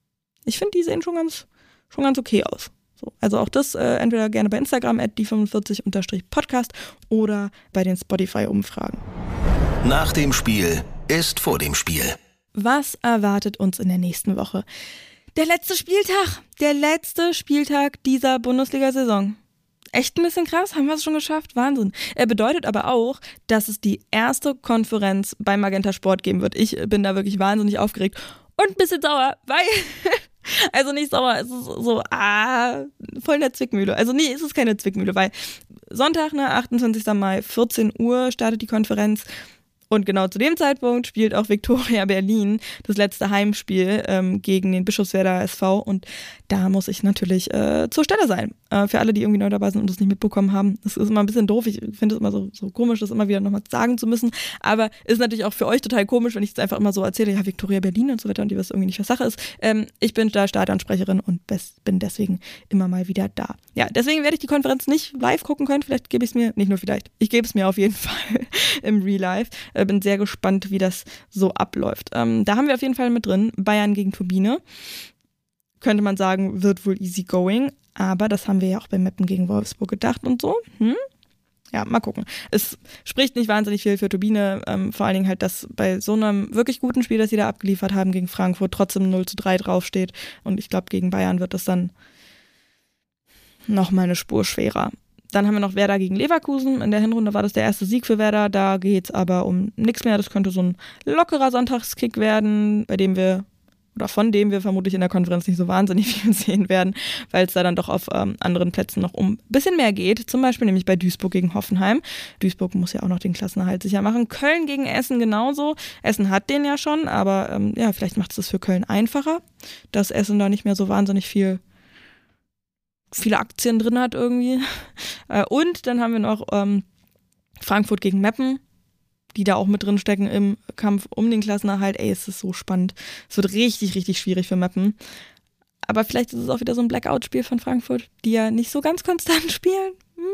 Ich finde, die sehen schon ganz, schon ganz okay aus. So, also auch das äh, entweder gerne bei Instagram at die fünfundvierzig Podcast oder bei den Spotify-Umfragen. Nach dem Spiel ist vor dem Spiel. Was erwartet uns in der nächsten Woche? Der letzte Spieltag. Der letzte Spieltag dieser Bundesliga-Saison. Echt ein bisschen krass, haben wir es schon geschafft? Wahnsinn. Er bedeutet aber auch, dass es die erste Konferenz beim Magenta Sport geben wird. Ich bin da wirklich wahnsinnig aufgeregt und ein bisschen sauer, weil... Also nicht sauer, es ist so, ah, voll in der Zwickmühle. Also nee, es ist keine Zwickmühle, weil Sonntag, ne, achtundzwanzigsten Mai, vierzehn Uhr startet die Konferenz. Und genau zu dem Zeitpunkt spielt auch Viktoria Berlin das letzte Heimspiel ähm, gegen den Bischofswerder S V und da muss ich natürlich äh, zur Stelle sein. Äh, für alle, die irgendwie neu dabei sind und das nicht mitbekommen haben, das ist immer ein bisschen doof. Ich finde es immer so, so komisch, das immer wieder nochmal sagen zu müssen, aber ist natürlich auch für euch total komisch, wenn ich es einfach immer so erzähle, ja, Viktoria Berlin und so weiter und die was irgendwie nicht was Sache ist. Ähm, ich bin da Stadionsprecherin und best, bin deswegen immer mal wieder da. Ja, deswegen werde ich die Konferenz nicht live gucken können, vielleicht gebe ich es mir, nicht nur vielleicht, ich gebe es mir auf jeden Fall im Real Life. Bin sehr gespannt, wie das so abläuft. Ähm, da haben wir auf jeden Fall mit drin, Bayern gegen Turbine. Könnte man sagen, wird wohl easy going, aber das haben wir ja auch bei Meppen gegen Wolfsburg gedacht und so. Hm? Ja, mal gucken. Es spricht nicht wahnsinnig viel für Turbine, ähm, vor allen Dingen halt, dass bei so einem wirklich guten Spiel, das sie da abgeliefert haben gegen Frankfurt, trotzdem null zu drei draufsteht und ich glaube, gegen Bayern wird das dann nochmal eine Spur schwerer. Dann haben wir noch Werder gegen Leverkusen. In der Hinrunde war das der erste Sieg für Werder. Da geht es aber um nichts mehr. Das könnte so ein lockerer Sonntagskick werden, bei dem wir oder von dem wir vermutlich in der Konferenz nicht so wahnsinnig viel sehen werden, weil es da dann doch auf ähm, anderen Plätzen noch um ein bisschen mehr geht. Zum Beispiel nämlich bei Duisburg gegen Hoffenheim. Duisburg muss ja auch noch den Klassenerhalt sicher machen. Köln gegen Essen genauso. Essen hat den ja schon, aber ähm, ja, vielleicht macht es das für Köln einfacher, dass Essen da nicht mehr so wahnsinnig viel viele Aktien drin hat irgendwie. Äh, und dann haben wir noch ähm, Frankfurt gegen Meppen, die da auch mit drin stecken im Kampf um den Klassenerhalt. Ey, es ist so spannend. Es wird richtig, richtig schwierig für Meppen. Aber vielleicht ist es auch wieder so ein Blackout-Spiel von Frankfurt, die ja nicht so ganz konstant spielen.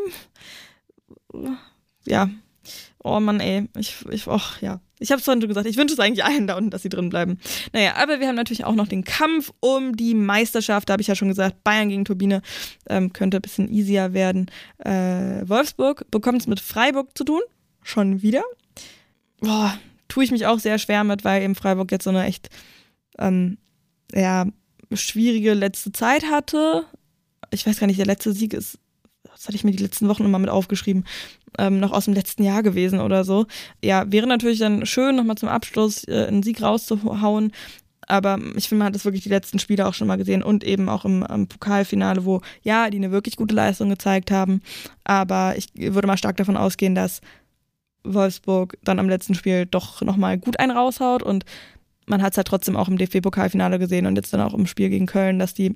Hm. Ja. Oh Mann, ey. Ich, ich, och, ja. Ich habe es vorhin schon gesagt, ich wünsche es eigentlich allen da unten, dass sie drin bleiben. Naja, aber wir haben natürlich auch noch den Kampf um die Meisterschaft. Da habe ich ja schon gesagt, Bayern gegen Turbine ähm, könnte ein bisschen easier werden. Äh, Wolfsburg bekommt es mit Freiburg zu tun. Schon wieder. Boah, tue ich mich auch sehr schwer mit, weil eben Freiburg jetzt so eine echt ähm, ja, schwierige letzte Zeit hatte. Ich weiß gar nicht, der letzte Sieg ist, das hatte ich mir die letzten Wochen immer mit aufgeschrieben, ähm, noch aus dem letzten Jahr gewesen oder so. Ja, wäre natürlich dann schön, nochmal zum Abschluss äh, einen Sieg rauszuhauen, aber ich finde, man hat das wirklich die letzten Spiele auch schon mal gesehen und eben auch im, im Pokalfinale, wo ja, die eine wirklich gute Leistung gezeigt haben, aber ich würde mal stark davon ausgehen, dass Wolfsburg dann am letzten Spiel doch nochmal gut einen raushaut und man hat es halt trotzdem auch im D F B-Pokalfinale gesehen und jetzt dann auch im Spiel gegen Köln, dass die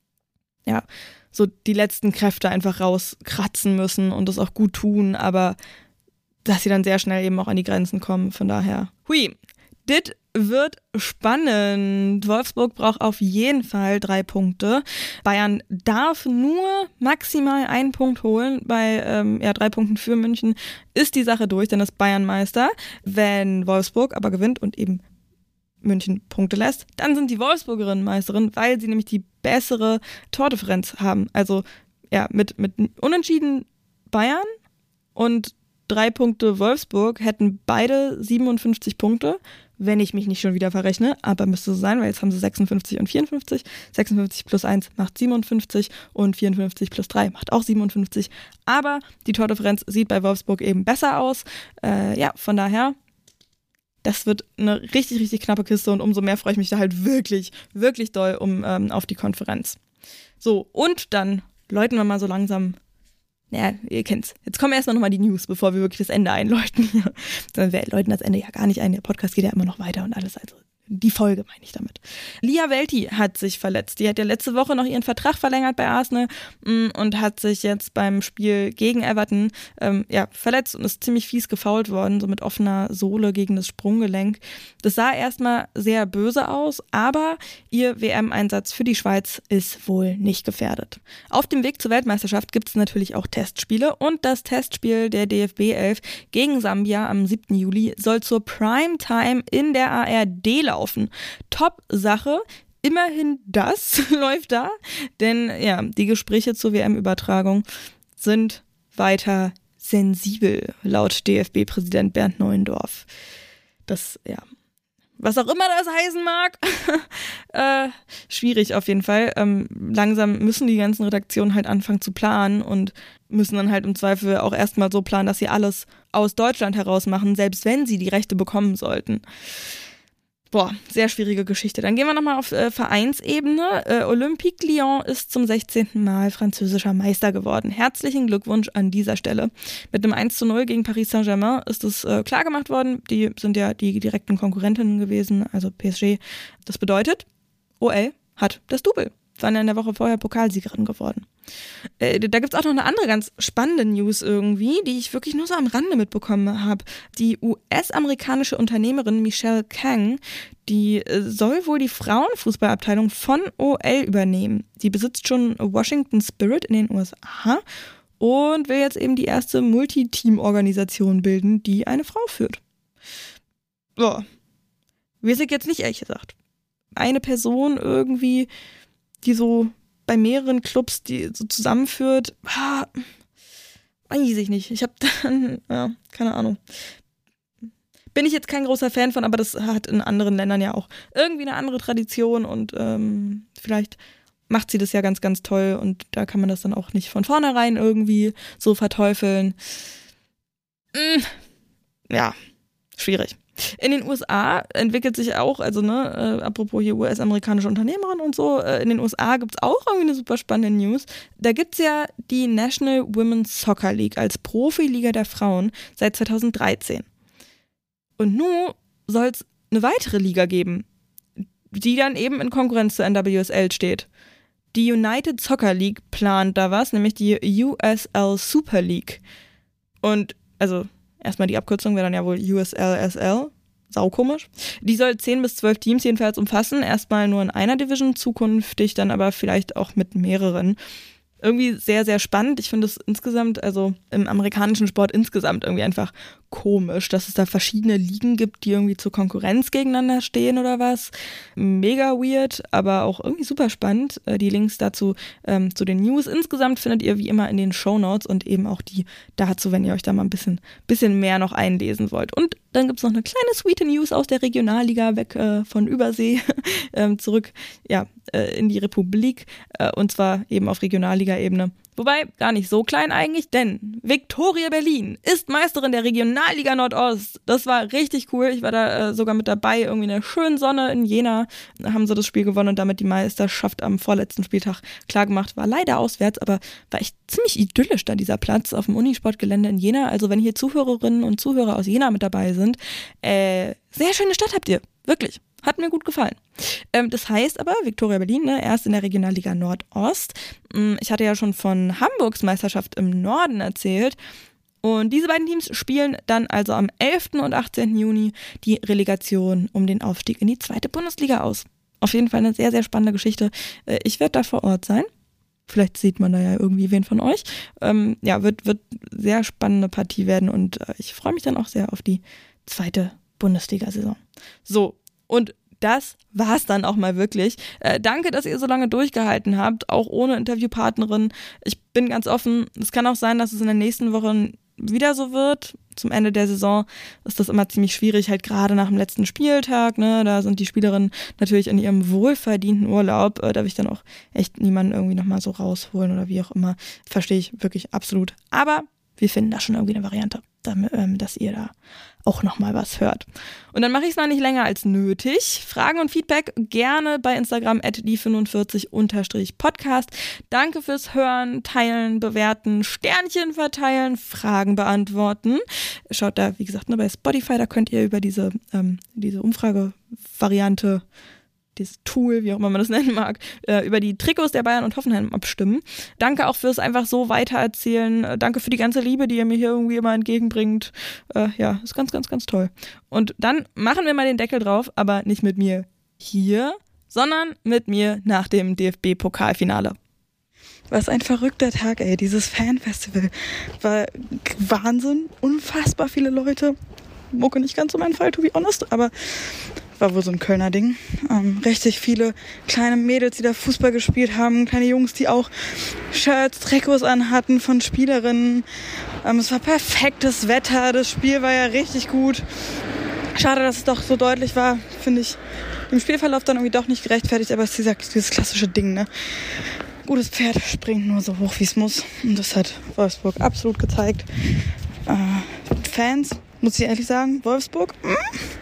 ja so die letzten Kräfte einfach rauskratzen müssen und das auch gut tun, aber dass sie dann sehr schnell eben auch an die Grenzen kommen, von daher, hui, dit wird spannend. Wolfsburg braucht auf jeden Fall drei Punkte. Bayern darf nur maximal einen Punkt holen. Bei ähm, ja, drei Punkten für München ist die Sache durch, dann ist Bayern Meister. Wenn Wolfsburg aber gewinnt und eben München Punkte lässt, dann sind die Wolfsburgerinnen Meisterin, weil sie nämlich die bessere Tordifferenz haben. Also ja, mit, mit Unentschieden Bayern und drei Punkte Wolfsburg hätten beide siebenundfünfzig Punkte, wenn ich mich nicht schon wieder verrechne, aber müsste so sein, weil jetzt haben sie sechsundfünfzig und vierundfünfzig. sechsundfünfzig plus eins macht siebenundfünfzig und vierundfünfzig plus drei macht auch siebenundfünfzig. Aber die Tordifferenz sieht bei Wolfsburg eben besser aus. Äh, ja, von daher, das wird eine richtig, richtig knappe Kiste und umso mehr freue ich mich da halt wirklich, wirklich doll um, ähm, auf die Konferenz. So, und dann läuten wir mal so langsam. Ja, ihr kennt's. Jetzt kommen erstmal nochmal die News, bevor wir wirklich das Ende einläuten hier. Wir läuten das Ende ja gar nicht ein. Der Podcast geht ja immer noch weiter und alles. Also die Folge meine ich damit. Lia Welti hat sich verletzt. Die hat ja letzte Woche noch ihren Vertrag verlängert bei Arsenal und hat sich jetzt beim Spiel gegen Everton ähm, ja, verletzt und ist ziemlich fies gefoult worden, so mit offener Sohle gegen das Sprunggelenk. Das sah erstmal sehr böse aus, aber ihr W M-Einsatz für die Schweiz ist wohl nicht gefährdet. Auf dem Weg zur Weltmeisterschaft gibt es natürlich auch Testspiele und das Testspiel der D F B elf gegen Sambia am siebten Juli soll zur Primetime in der A R D laufen. Top-Sache. Immerhin das läuft da, denn ja, die Gespräche zur W M-Übertragung sind weiter sensibel, laut D F B-Präsident Bernd Neuendorf. Das, ja, was auch immer das heißen mag, äh, schwierig auf jeden Fall. Ähm, langsam müssen die ganzen Redaktionen halt anfangen zu planen und müssen dann halt im Zweifel auch erstmal so planen, dass sie alles aus Deutschland heraus machen, selbst wenn sie die Rechte bekommen sollten. Boah, sehr schwierige Geschichte. Dann gehen wir nochmal auf äh, Vereinsebene. Äh, Olympique Lyon ist zum sechzehnten Mal französischer Meister geworden. Herzlichen Glückwunsch an dieser Stelle. Mit einem eins zu null gegen Paris Saint-Germain ist es äh, klar gemacht worden. Die sind ja die direkten Konkurrentinnen gewesen, also P S G. Das bedeutet, O L hat das Double. Waren ja in der Woche vorher Pokalsiegerin geworden. Äh, da gibt's auch noch eine andere ganz spannende News irgendwie, die ich wirklich nur so am Rande mitbekommen habe. Die U S-amerikanische Unternehmerin Michelle Kang, die äh, soll wohl die Frauenfußballabteilung von O L übernehmen. Die besitzt schon Washington Spirit in den U S A und will jetzt eben die erste Multiteam-Organisation bilden, die eine Frau führt. Boah, weiß ich jetzt nicht, ehrlich gesagt. Eine Person irgendwie, die so bei mehreren Clubs die so zusammenführt, ah, weiß ich nicht. Ich habe dann, ja, keine Ahnung. Bin ich jetzt kein großer Fan von, aber das hat in anderen Ländern ja auch irgendwie eine andere Tradition und ähm, vielleicht macht sie das ja ganz, ganz toll und da kann man das dann auch nicht von vornherein irgendwie so verteufeln. Mm, ja, schwierig. In den U S A entwickelt sich auch, also ne, äh, apropos hier U S-amerikanische Unternehmerin und so, äh, in den U S A gibt es auch irgendwie eine super spannende News. Da gibt es ja die National Women's Soccer League als Profiliga der Frauen seit zweitausenddreizehn. Und nun soll es eine weitere Liga geben, die dann eben in Konkurrenz zur N W S L steht. Die United Soccer League plant da was, nämlich die U S L Super League. Und also erstmal die Abkürzung wäre dann ja wohl U S L S L. Saukomisch. Die soll zehn bis zwölf Teams jedenfalls umfassen. Erstmal nur in einer Division, zukünftig dann aber vielleicht auch mit mehreren. Irgendwie sehr, sehr spannend. Ich finde es insgesamt, also im amerikanischen Sport insgesamt irgendwie einfach komisch, dass es da verschiedene Ligen gibt, die irgendwie zur Konkurrenz gegeneinander stehen oder was. Mega weird, aber auch irgendwie super spannend. Die Links dazu ähm, zu den News insgesamt findet ihr wie immer in den Shownotes und eben auch die dazu, wenn ihr euch da mal ein bisschen, bisschen mehr noch einlesen wollt. Und dann gibt es noch eine kleine sweete News aus der Regionalliga weg äh, von Übersee ähm, zurück ja, äh, in die Republik äh, und zwar eben auf Regionalliga-Ebene. Wobei, gar nicht so klein eigentlich, denn Viktoria Berlin ist Meisterin der Regionalliga Nordost. Das war richtig cool. Ich war da äh, sogar mit dabei, irgendwie in der schönen Sonne in Jena. Da haben sie das Spiel gewonnen und damit die Meisterschaft am vorletzten Spieltag klargemacht. War leider auswärts, aber war echt ziemlich idyllisch da dieser Platz auf dem Unisportgelände in Jena. Also wenn hier Zuhörerinnen und Zuhörer aus Jena mit dabei sind, äh, sehr schöne Stadt habt ihr. Wirklich. Hat mir gut gefallen. Ähm, das heißt aber, Viktoria Berlin, ne, erst in der Regionalliga Nordost. Ich hatte ja schon von Hamburgs Meisterschaft im Norden erzählt. Und diese beiden Teams spielen dann also am elften und achtzehnten Juni die Relegation um den Aufstieg in die zweite Bundesliga aus. Auf jeden Fall eine sehr, sehr spannende Geschichte. Ich werde da vor Ort sein. Vielleicht sieht man da ja irgendwie wen von euch. Ähm, ja, wird, wird sehr spannende Partie werden und ich freue mich dann auch sehr auf die zweite Bundesliga-Saison. So. Und das war's dann auch mal wirklich. Äh, danke, dass ihr so lange durchgehalten habt, auch ohne Interviewpartnerin. Ich bin ganz offen. Es kann auch sein, dass es in den nächsten Wochen wieder so wird. Zum Ende der Saison ist das immer ziemlich schwierig, halt gerade nach dem letzten Spieltag. Ne? Da sind die Spielerinnen natürlich in ihrem wohlverdienten Urlaub. Äh, da will ich dann auch echt niemanden irgendwie nochmal so rausholen oder wie auch immer. Verstehe ich wirklich absolut. Aber wir finden da schon irgendwie eine Variante, damit, ähm, dass ihr da auch nochmal was hört. Und dann mache ich es noch nicht länger als nötig. Fragen und Feedback gerne bei Instagram at die fünfundvierzig Podcast. Danke fürs Hören, Teilen, Bewerten, Sternchen verteilen, Fragen beantworten. Schaut da, wie gesagt, ne, bei Spotify, da könnt ihr über diese, ähm, diese Umfrage-Variante, dieses Tool, wie auch immer man das nennen mag, äh, über die Trikots der Bayern und Hoffenheim abstimmen. Danke auch fürs einfach so weitererzählen. Äh, danke für die ganze Liebe, die ihr mir hier irgendwie immer entgegenbringt. Äh, ja, ist ganz, ganz, ganz toll. Und dann machen wir mal den Deckel drauf, aber nicht mit mir hier, sondern mit mir nach dem D F B-Pokalfinale. Was ein verrückter Tag, ey. Dieses Fanfestival war Wahnsinn. Unfassbar viele Leute. Mucke nicht ganz so mein Fall, to be honest, aber war wohl so ein Kölner Ding. Ähm, richtig viele kleine Mädels, die da Fußball gespielt haben, kleine Jungs, die auch Shirts, Trikots anhatten von Spielerinnen. Ähm, es war perfektes Wetter, das Spiel war ja richtig gut. Schade, dass es doch so deutlich war, finde ich. Im Spielverlauf dann irgendwie doch nicht gerechtfertigt, aber es ist dieser, dieses klassische Ding, ne? Gutes Pferd springt nur so hoch, wie es muss. Und das hat Wolfsburg absolut gezeigt. Äh, Fans, muss ich ehrlich sagen, Wolfsburg, mh,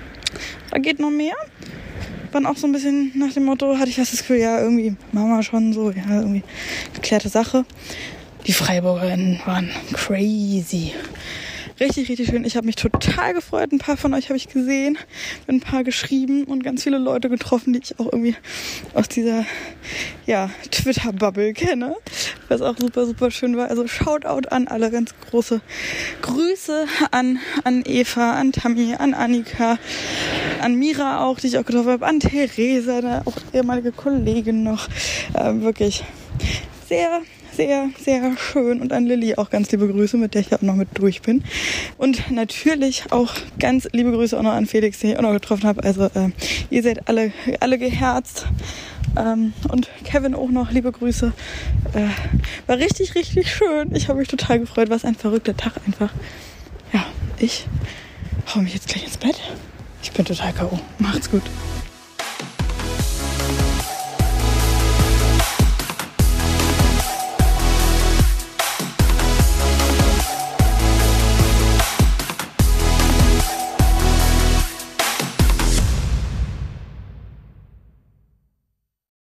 da geht noch mehr. Waren auch so ein bisschen nach dem Motto, hatte ich das Gefühl, ja, irgendwie machen wir schon so, ja, irgendwie geklärte Sache. Die Freiburgerinnen waren crazy. Richtig, richtig schön. Ich habe mich total gefreut. Ein paar von euch habe ich gesehen, ein paar geschrieben und ganz viele Leute getroffen, die ich auch irgendwie aus dieser ja, Twitter-Bubble kenne, was auch super, super schön war. Also Shoutout an alle, ganz große Grüße an, an Eva, an Tammy, an Annika, an Mira auch, die ich auch getroffen habe, an Theresa, eine auch ehemalige Kollegin noch. Äh, wirklich sehr sehr, sehr schön. Und an Lilly auch ganz liebe Grüße, mit der ich auch noch mit durch bin. Und natürlich auch ganz liebe Grüße auch noch an Felix, den ich auch noch getroffen habe. Also äh, ihr seid alle, alle geherzt. Ähm, und Kevin auch noch liebe Grüße. Äh, war richtig, richtig schön. Ich habe mich total gefreut. Was ein verrückter Tag einfach. Ja, ich hau mich jetzt gleich ins Bett. Ich bin total K O. Macht's gut.